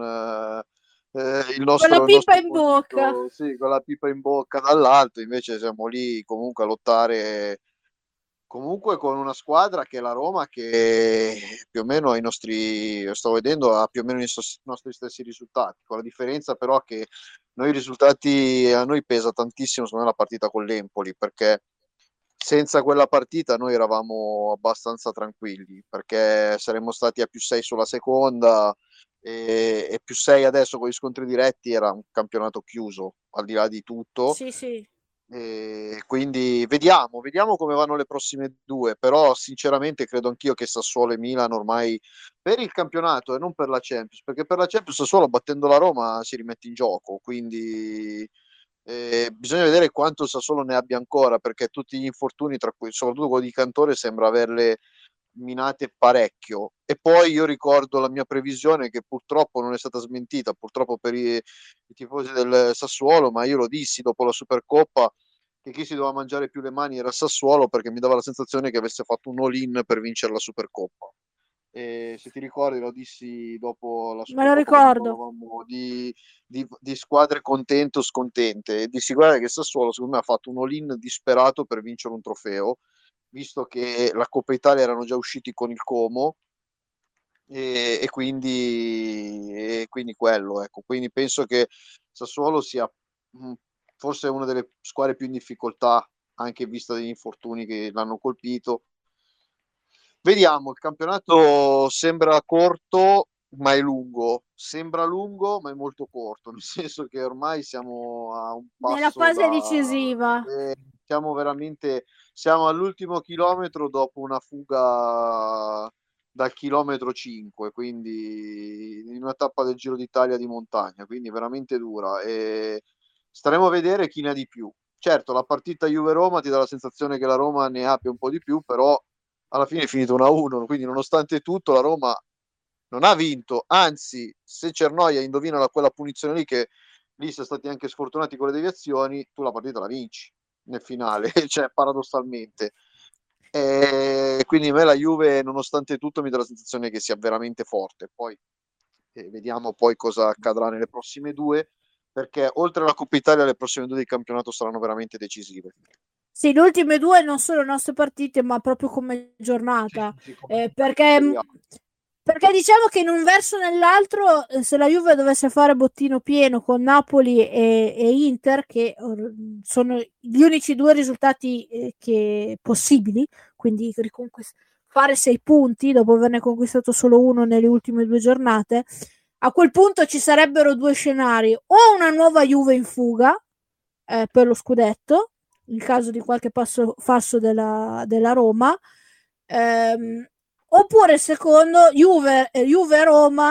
il Con la nostro, pipa in bocca. sì, con la pipa in bocca dall'alto, invece siamo lì comunque a lottare comunque con una squadra che è la Roma, che più o meno stavo vedendo, ha più o meno i nostri stessi risultati, con la differenza però che noi risultati, a noi pesa tantissimo secondo me la partita con l'Empoli, perché senza quella partita noi eravamo abbastanza tranquilli, perché saremmo stati a +6 sulla seconda e +6 adesso con gli scontri diretti era un campionato chiuso, al di là di tutto. Sì, sì. E quindi vediamo come vanno le prossime due, però sinceramente credo anch'io che Sassuolo e Milan ormai per il campionato e non per la Champions, perché per la Champions Sassuolo battendo la Roma si rimette in gioco, quindi bisogna vedere quanto Sassuolo ne abbia ancora, perché tutti gli infortuni, tra cui soprattutto quello di Cantore, sembra averle minate parecchio. E poi io ricordo la mia previsione che purtroppo non è stata smentita, purtroppo per i tifosi del Sassuolo, ma io lo dissi dopo la Supercoppa che chi si doveva mangiare più le mani era Sassuolo, perché mi dava la sensazione che avesse fatto un all-in per vincere la Supercoppa. E se ti ricordi, lo dissi dopo la Me lo Supercoppa quando ricordo. parlavamo di squadre contente o scontente, e dissi guarda che Sassuolo secondo me ha fatto un all-in disperato per vincere un trofeo, visto che la Coppa Italia erano già usciti con il Como, e quindi quello, ecco. Quindi penso che Sassuolo sia forse una delle squadre più in difficoltà, anche vista degli infortuni che l'hanno colpito. Vediamo, il campionato sembra corto, ma è lungo. Sembra lungo, ma è molto corto, nel senso che ormai siamo a un Nella passo fase da... decisiva. siamo all'ultimo chilometro dopo una fuga dal chilometro 5, quindi in una tappa del Giro d'Italia di montagna, quindi veramente dura. E staremo a vedere chi ne ha di più. Certo, la partita Juve-Roma ti dà la sensazione che la Roma ne abbia un po' di più, però alla fine è finito 1-1, quindi nonostante tutto la Roma non ha vinto, anzi se Cernoia indovina quella punizione lì, che lì sono stati anche sfortunati con le deviazioni, tu la partita la vinci nel finale, cioè paradossalmente. E quindi a me la Juve nonostante tutto mi dà la sensazione che sia veramente forte, poi vediamo poi cosa accadrà nelle prossime due, perché oltre alla Coppa Italia le prossime due del campionato saranno veramente decisive. Sì, le ultime due non sono le nostre partite, ma proprio come Sì, giornata, sì, come perché, Serie A. perché diciamo che in un verso o nell'altro, se la Juve dovesse fare bottino pieno con Napoli e Inter, che sono gli unici due risultati possibili, quindi fare 6 punti dopo averne conquistato solo uno nelle ultime 2 giornate, a quel punto ci sarebbero due scenari: o una nuova Juve in fuga per lo scudetto, in caso di qualche passo falso della Roma, oppure secondo Juve Roma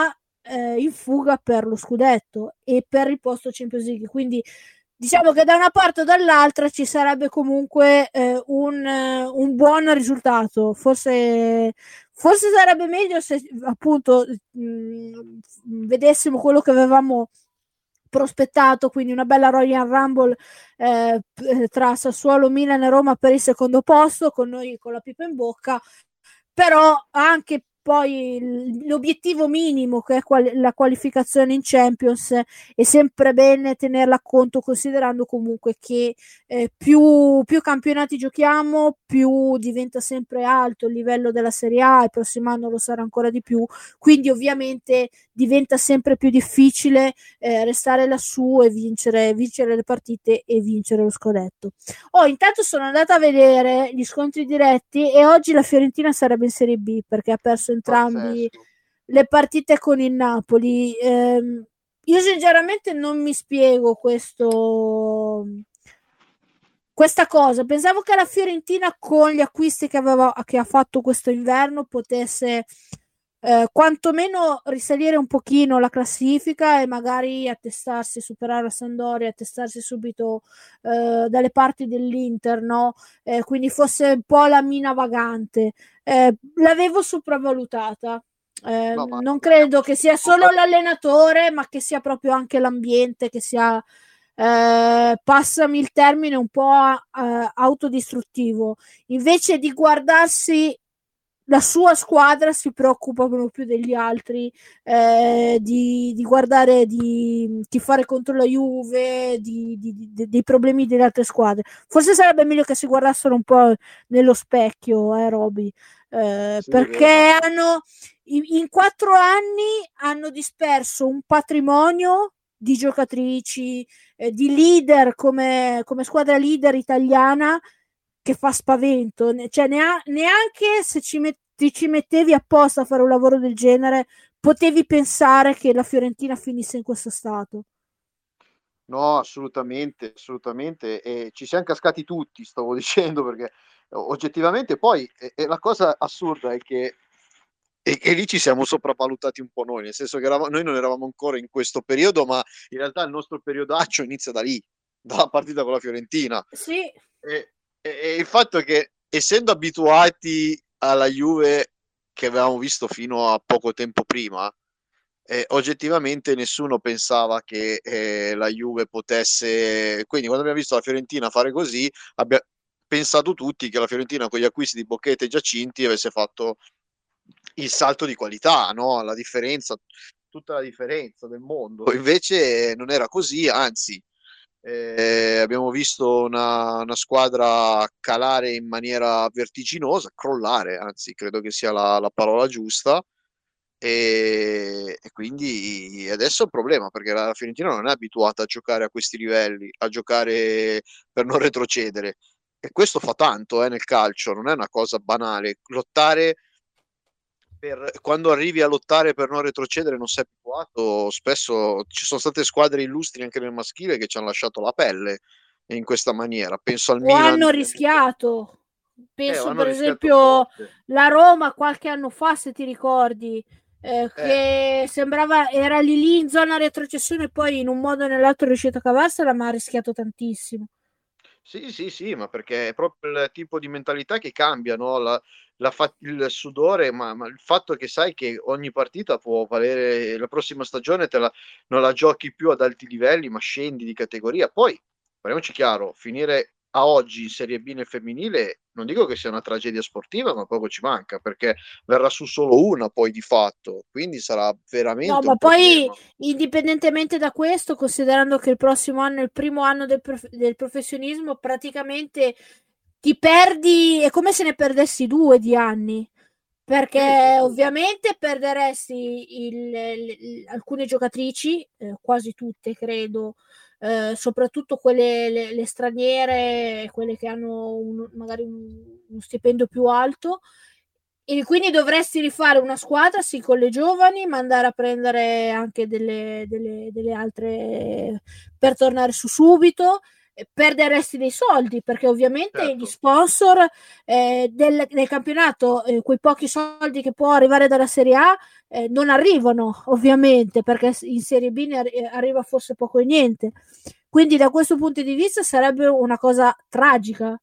in fuga per lo scudetto e per il posto Champions League, quindi diciamo che da una parte o dall'altra ci sarebbe comunque un buon risultato. Forse sarebbe meglio se appunto vedessimo quello che avevamo prospettato, quindi una bella Royal Rumble tra Sassuolo, Milan e Roma per il secondo posto, con noi con la pipa in bocca, però anche poi l'obiettivo minimo, che è la qualificazione in Champions, è sempre bene tenerla a conto, considerando comunque che più campionati giochiamo, più diventa sempre alto il livello della Serie A, il prossimo anno lo sarà ancora di più, quindi ovviamente diventa sempre più difficile restare lassù e vincere le partite e vincere lo scudetto. Intanto sono andata a vedere gli scontri diretti e oggi la Fiorentina sarebbe in Serie B perché ha perso entrambi le partite con il Napoli. Io sinceramente non mi spiego questa cosa. Pensavo che la Fiorentina, con gli acquisti che ha fatto questo inverno, potesse quantomeno risalire un pochino la classifica e magari attestarsi, superare la Sampdoria, attestarsi subito dalle parti dell'Inter, no? Quindi fosse un po' la mina vagante. L'avevo sopravvalutata. Non credo che sia solo l'allenatore, ma che sia proprio anche l'ambiente, che sia passami il termine, un po' autodistruttivo. Invece di guardarsi la sua squadra, si preoccupa proprio più degli altri, di guardare, di tifare contro la Juve, dei problemi delle altre squadre. Forse sarebbe meglio che si guardassero un po' nello specchio, Roby, perché in 4 anni hanno disperso un patrimonio di giocatrici, di leader come squadra leader italiana, che fa spavento, cioè neanche se ci mettevi apposta a fare un lavoro del genere potevi pensare che la Fiorentina finisse in questo stato. No, assolutamente, e ci siamo cascati tutti, stavo dicendo, perché oggettivamente poi la cosa assurda è che e lì ci siamo sopravvalutati un po' noi, nel senso che noi non eravamo ancora in questo periodo, ma in realtà il nostro periodaccio inizia da lì, dalla partita con la Fiorentina. Sì. E il fatto è che, essendo abituati alla Juve che avevamo visto fino a poco tempo prima, oggettivamente nessuno pensava che la Juve potesse, quindi quando abbiamo visto la Fiorentina fare così, abbiamo pensato tutti che la Fiorentina con gli acquisti di Bocchetta e Giacinti avesse fatto il salto di qualità, no? La differenza, tutta la differenza del mondo. Invece non era così, anzi, abbiamo visto una squadra calare in maniera vertiginosa, crollare, anzi, credo che sia la parola giusta. E quindi adesso è un problema, perché la Fiorentina non è abituata a giocare a questi livelli, a giocare per non retrocedere, e questo fa tanto nel calcio, non è una cosa banale. Lottare quando arrivi a lottare per non retrocedere non sei abituato, spesso ci sono state squadre illustri anche nel maschile che ci hanno lasciato la pelle in questa maniera. Penso al Milan, hanno rischiato. Penso per esempio forte. la Roma qualche anno fa, se ti ricordi, che sembrava era lì in zona retrocessione, poi in un modo o nell'altro è riuscito a cavarsela, ma ha rischiato tantissimo. Sì, ma perché è proprio il tipo di mentalità che cambia, no? Il sudore, ma il fatto che sai che ogni partita può valere, la prossima stagione non la giochi più ad alti livelli, ma scendi di categoria. Poi, parliamoci chiaro, finire a oggi in Serie B nel femminile, non dico che sia una tragedia sportiva, ma poco ci manca, perché verrà su solo una poi di fatto, quindi sarà veramente No, ma un poi problema. indipendentemente da questo, considerando che il prossimo anno è il primo anno del professionismo, praticamente ti perdi, è come se ne perdessi 2 di anni, perché Sì. ovviamente perderesti alcune giocatrici, quasi tutte credo, soprattutto quelle le straniere, quelle che hanno magari uno stipendio più alto, e quindi dovresti rifare una squadra, sì, con le giovani, ma andare a prendere anche delle altre per tornare su subito. perderesti dei soldi, perché ovviamente Certo. gli sponsor del campionato, quei pochi soldi che può arrivare dalla Serie A, non arrivano ovviamente, perché in Serie B ne arriva forse poco e niente. Quindi da questo punto di vista sarebbe una cosa tragica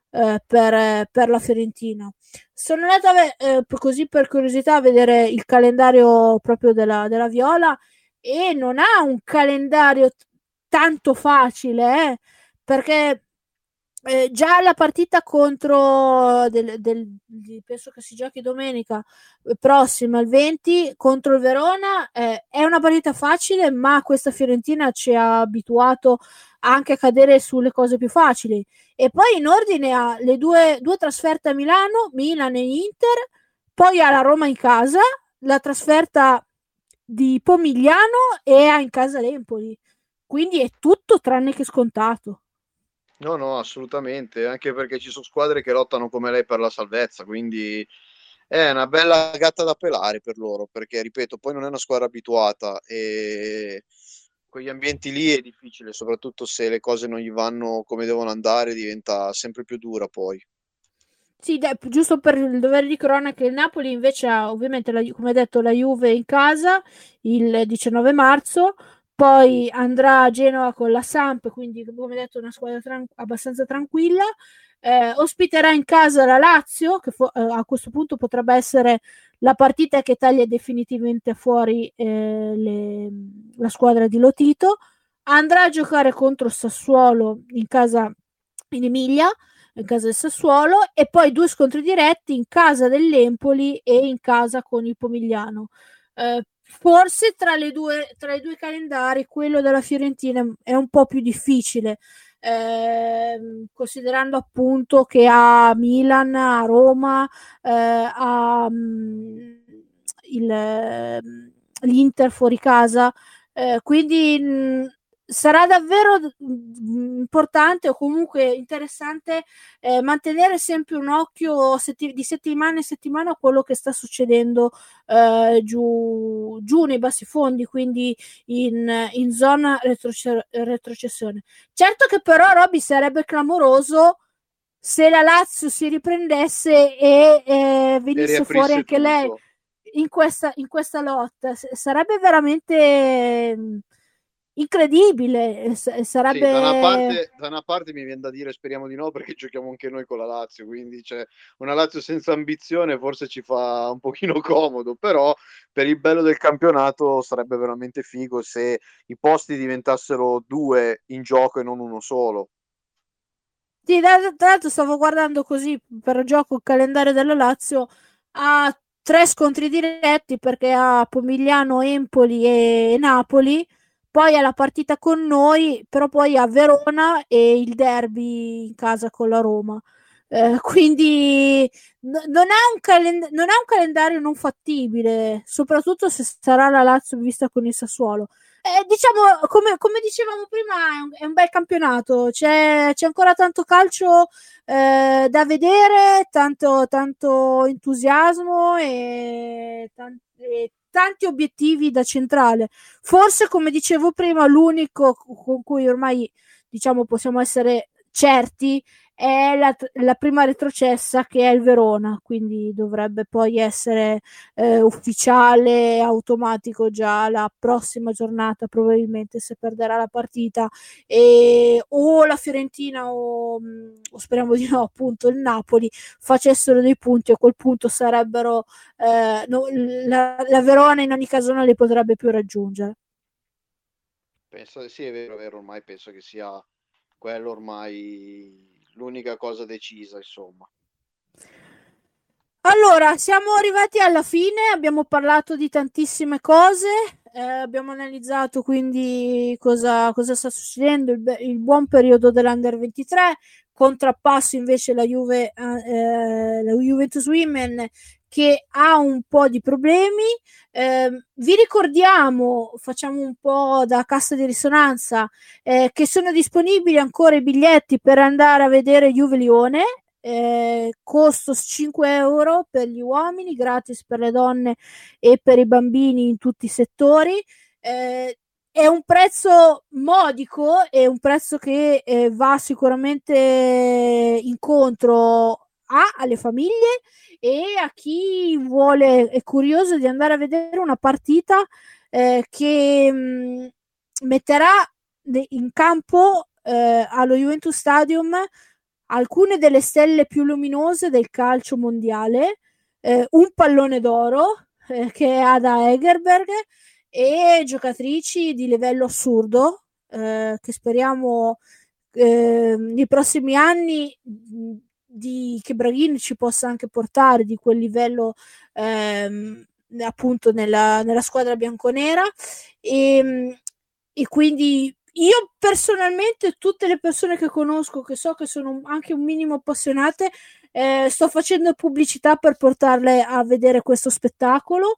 per la Fiorentina. Sono andata così per curiosità a vedere il calendario proprio della Viola, e non ha un calendario tanto facile, perché già la partita contro penso che si giochi domenica prossima, il 20, contro il Verona, è una partita facile, ma questa Fiorentina ci ha abituato anche a cadere sulle cose più facili. E poi in ordine ha le due trasferte a Milano, Milan e Inter, poi ha la Roma in casa, la trasferta di Pomigliano, e ha in casa l'Empoli. Quindi è tutto tranne che scontato. No, no, assolutamente, anche perché ci sono squadre che lottano come lei per la salvezza, quindi è una bella gatta da pelare per loro, perché ripeto, poi non è una squadra abituata e quegli ambienti lì è difficile, soprattutto se le cose non gli vanno come devono andare, diventa sempre più dura poi. Sì, giusto per il dovere di cronaca, il Napoli invece ha ovviamente, come detto, la Juve in casa il 19 marzo, poi andrà a Genova con la Samp, quindi come detto una squadra abbastanza tranquilla, ospiterà in casa la Lazio, che a questo punto potrebbe essere la partita che taglia definitivamente fuori la squadra di Lotito, andrà a giocare contro Sassuolo in casa in Emilia, in casa del Sassuolo, e poi 2 scontri diretti in casa dell'Empoli e in casa con il Pomigliano. Forse tra i due calendari quello della Fiorentina è un po' più difficile, considerando appunto che a Milan, a Roma, a l'Inter fuori casa, quindi sarà davvero importante, o comunque interessante, mantenere sempre un occhio di settimana in settimana a quello che sta succedendo giù nei bassi fondi, quindi in zona retrocessione. Certo che però, Robby, sarebbe clamoroso se la Lazio si riprendesse e E venisse fuori riaprisse anche lei tutto. in questa lotta. Sarebbe veramente incredibile, Sì, sarebbe. da una parte mi viene da dire speriamo di no perché giochiamo anche noi con la Lazio, quindi c'è una Lazio senza ambizione forse ci fa un pochino comodo, però per il bello del campionato sarebbe veramente figo se i posti diventassero due in gioco e non uno solo. Sì, tra l'altro stavo guardando così per gioco il calendario della Lazio, ha 3 scontri diretti perché ha Pomigliano, Empoli e Napoli, poi ha la partita con noi, però poi ha Verona e il derby in casa con la Roma. Quindi non ha un calendario non fattibile, soprattutto se sarà la Lazio vista con il Sassuolo. Diciamo, come dicevamo prima, è un bel campionato, c'è ancora tanto calcio da vedere, tanto entusiasmo e tanti obiettivi da centrale. Forse, come dicevo prima, l'unico con cui ormai, diciamo, possiamo essere certi è la prima retrocessa, che è il Verona, quindi dovrebbe poi essere ufficiale, automatico già la prossima giornata, probabilmente, se perderà la partita, o la Fiorentina o speriamo di no, appunto il Napoli facessero dei punti. A quel punto sarebbero no, la Verona in ogni caso non li potrebbe più raggiungere. Penso sì, è vero, ormai penso che sia quello ormai l'unica cosa decisa, insomma. Allora, siamo arrivati alla fine, abbiamo parlato di tantissime cose, abbiamo analizzato quindi cosa sta succedendo, il buon periodo dell'Under 23, contrappasso invece la Juventus Women, che ha un po' di problemi. Vi ricordiamo, facciamo un po' da cassa di risonanza, che sono disponibili ancora i biglietti per andare a vedere Juve Lione. Costo 5 euro per gli uomini, gratis per le donne e per i bambini in tutti i settori. è un prezzo modico, è un prezzo che va sicuramente incontro alle famiglie e a chi è curioso di andare a vedere una partita che metterà in campo allo Juventus Stadium alcune delle stelle più luminose del calcio mondiale, un pallone d'oro che è Ada Egerberg e giocatrici di livello assurdo che speriamo nei prossimi anni che Braghin ci possa anche portare di quel livello appunto nella squadra bianconera e quindi io personalmente tutte le persone che conosco che so che sono anche un minimo appassionate sto facendo pubblicità per portarle a vedere questo spettacolo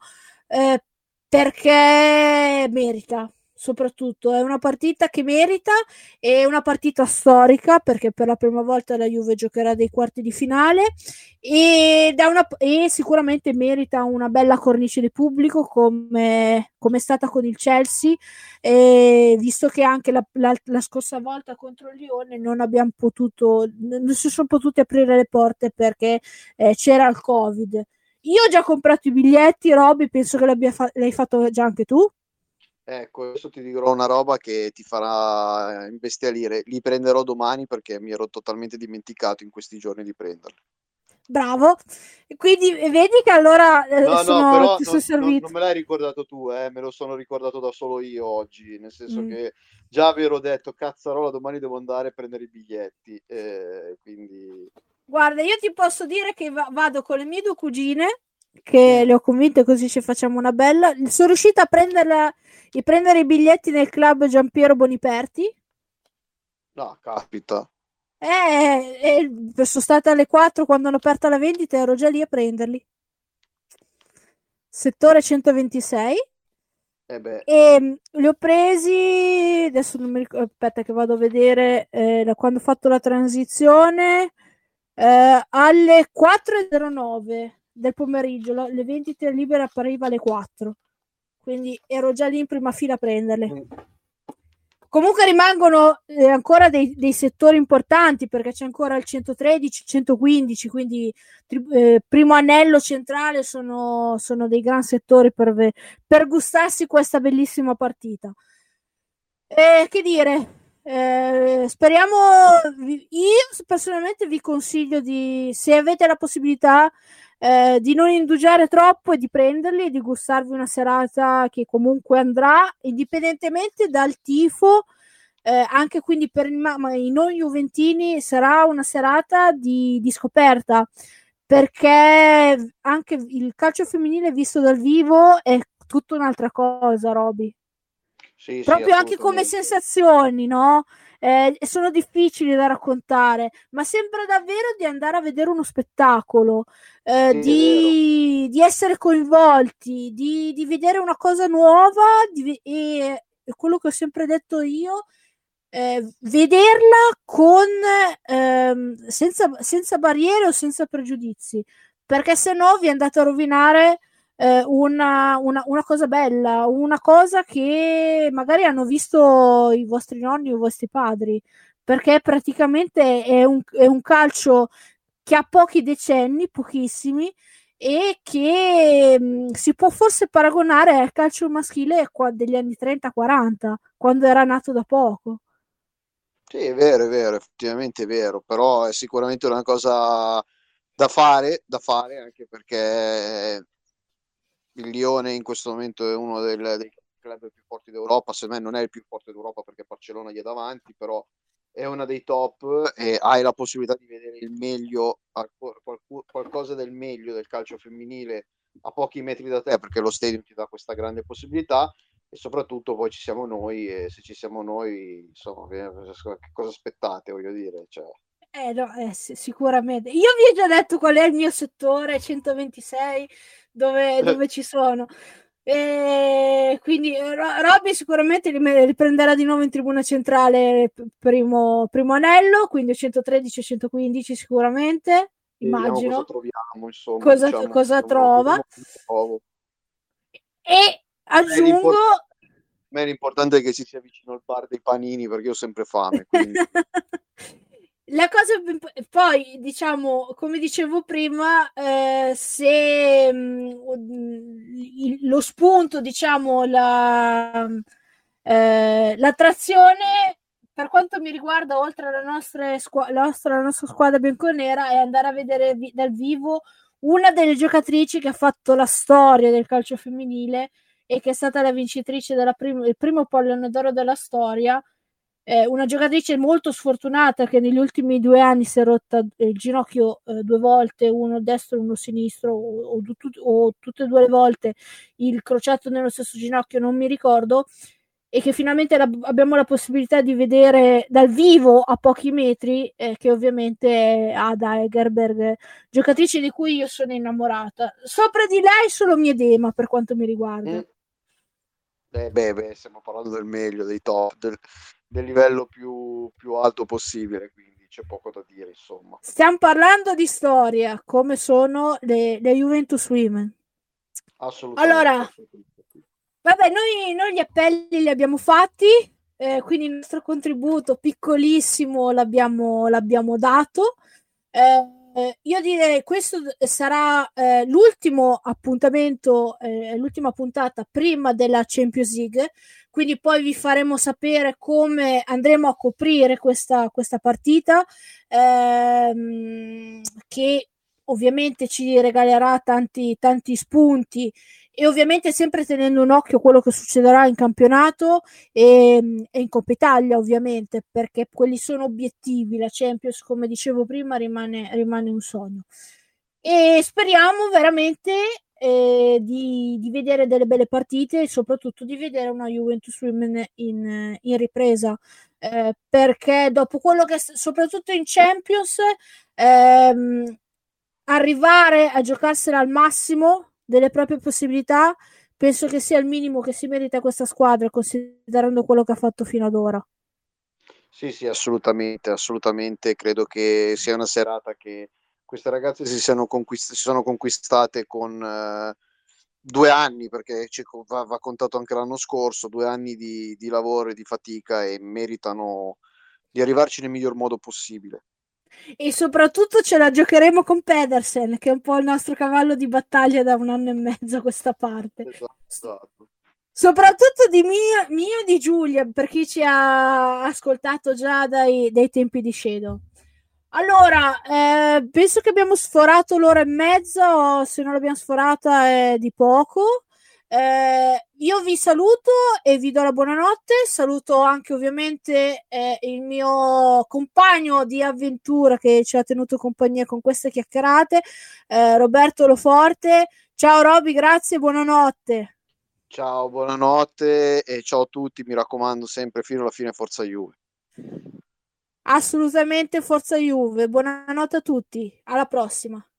perché merita, soprattutto è una partita che merita, è una partita storica perché per la prima volta la Juve giocherà dei quarti di finale e sicuramente merita una bella cornice di pubblico come è stata con il Chelsea, visto che anche la scorsa volta contro il Lione non si sono potute aprire le porte perché c'era il Covid. Io ho già comprato i biglietti, Roby, penso che l'hai fatto già anche tu. Ecco, adesso ti dirò una roba che ti farà imbestialire. Li prenderò domani perché mi ero totalmente dimenticato in questi giorni di prenderli. Bravo. Quindi vedi che allora No, però ti sono servito. non me l'hai ricordato tu, me lo sono ricordato da solo io oggi, nel senso Mm. che già avevo detto, cazzarola, domani devo andare a prendere i biglietti, quindi... Guarda, io ti posso dire che vado con le mie due cugine, che le ho convinte così ci facciamo una bella. Sono riuscita a prendere i biglietti nel club Giampiero Boniperti. No, capita. Sono stata alle 4 quando hanno aperto la vendita, ero già lì a prenderli. Settore 126. Eh beh, E li ho presi, adesso non mi ricordo, aspetta che vado a vedere da quando ho fatto la transizione, alle 4:09 del pomeriggio, le vendite libere appariva alle 4, quindi ero già lì in prima fila a prenderle. Comunque rimangono ancora dei settori importanti perché c'è ancora il 113, 115, quindi primo anello centrale sono dei gran settori per gustarsi questa bellissima partita. Che dire, speriamo, io personalmente vi consiglio se avete la possibilità di non indugiare troppo e di prenderli e di gustarvi una serata che comunque andrà indipendentemente dal tifo, anche quindi per i non juventini sarà una serata di scoperta perché anche il calcio femminile visto dal vivo è tutta un'altra cosa, Roby. sì, Proprio anche come assolutamente. sensazioni, no? Sono difficili da raccontare, ma sembra davvero di andare a vedere uno spettacolo, Sì, è vero. di essere coinvolti, di vedere una cosa nuova e quello che ho sempre detto io, vederla senza barriere o senza pregiudizi, perché se no vi andate a rovinare una cosa bella, una cosa che magari hanno visto i vostri nonni o i vostri padri, perché praticamente è un calcio che ha pochi decenni, pochissimi, e che si può forse paragonare al calcio maschile degli anni 30-40, quando era nato da poco. Sì, è vero, effettivamente è vero, però è sicuramente una cosa da fare anche perché il Lione in questo momento è uno dei club più forti d'Europa, secondo me non è il più forte d'Europa perché Barcellona gli è davanti, però è una dei top e hai la possibilità di vedere il meglio, qualcosa del meglio del calcio femminile a pochi metri da te perché lo stadium ti dà questa grande possibilità e soprattutto poi ci siamo noi e se ci siamo noi, insomma, che cosa aspettate, voglio dire, cioè... No, sicuramente. Io vi ho già detto qual è il mio settore 126 dove ci sono. Quindi Robby sicuramente riprenderà di nuovo in tribuna centrale primo anello, quindi 113 e 115 sicuramente, Vediamo cosa immagino. troviamo, insomma, Cosa, diciamo, cosa trova. vediamo cosa trovo. E aggiungo, me l'importante è che si sia vicino al bar dei panini perché io ho sempre fame, quindi La cosa poi, diciamo, come dicevo prima, se lo spunto, diciamo, l'attrazione, per quanto mi riguarda, oltre alla la nostra squadra bianconera, è andare a vedere dal vivo una delle giocatrici che ha fatto la storia del calcio femminile e che è stata la vincitrice del primo pallone d'oro della storia, una giocatrice molto sfortunata che negli ultimi 2 anni si è rotta il ginocchio 2 volte, uno destro e uno sinistro, o tutte e 2 le volte il crociato nello stesso ginocchio, non mi ricordo, e che finalmente abbiamo la possibilità di vedere dal vivo a pochi metri, che ovviamente è Ada Egerberg, giocatrice di cui io sono innamorata. Sopra di lei solo Miedema per quanto mi riguarda. stiamo parlando del meglio, dei top, del livello più alto possibile, quindi c'è poco da dire, insomma. Stiamo parlando di storia, come sono le Juventus Women. Assolutamente, Allora, assolutamente. vabbè, noi gli appelli li abbiamo fatti, quindi il nostro contributo piccolissimo l'abbiamo dato. Io direi questo sarà l'ultimo appuntamento, l'ultima puntata prima della Champions League, quindi poi vi faremo sapere come andremo a coprire questa partita, che ovviamente ci regalerà tanti spunti, e ovviamente sempre tenendo un occhio a quello che succederà in campionato e in Coppa Italia, ovviamente, perché quelli sono obiettivi. La Champions, come dicevo prima, rimane un sogno, e speriamo veramente di vedere delle belle partite e soprattutto di vedere una Juventus Women in ripresa, perché dopo quello che soprattutto in Champions, ehm, arrivare a giocarsela al massimo delle proprie possibilità, penso che sia il minimo che si merita questa squadra, considerando quello che ha fatto fino ad ora. Sì, sì, assolutamente, assolutamente. Credo che sia una serata che queste ragazze si sono conquistate con 2 anni, perché va contato anche l'anno scorso, 2 anni di lavoro e di fatica e meritano di arrivarci nel miglior modo possibile. E soprattutto ce la giocheremo con Pedersen, che è un po' il nostro cavallo di battaglia da 1 anno e mezzo a questa parte. Esatto, esatto. Soprattutto di mio e di Giulia, per chi ci ha ascoltato già dai tempi di Shadow. Allora, penso che abbiamo sforato l'ora e mezza, o se non l'abbiamo sforata è di poco. Io vi saluto e vi do la buonanotte. Saluto anche ovviamente il mio compagno di avventura che ci ha tenuto compagnia con queste chiacchierate, Roberto Loforte. Ciao Roby, grazie e buonanotte. Ciao, buonanotte e ciao a tutti. Mi raccomando, sempre fino alla fine, forza Juve. Assolutamente forza Juve. Buonanotte a tutti. Alla prossima.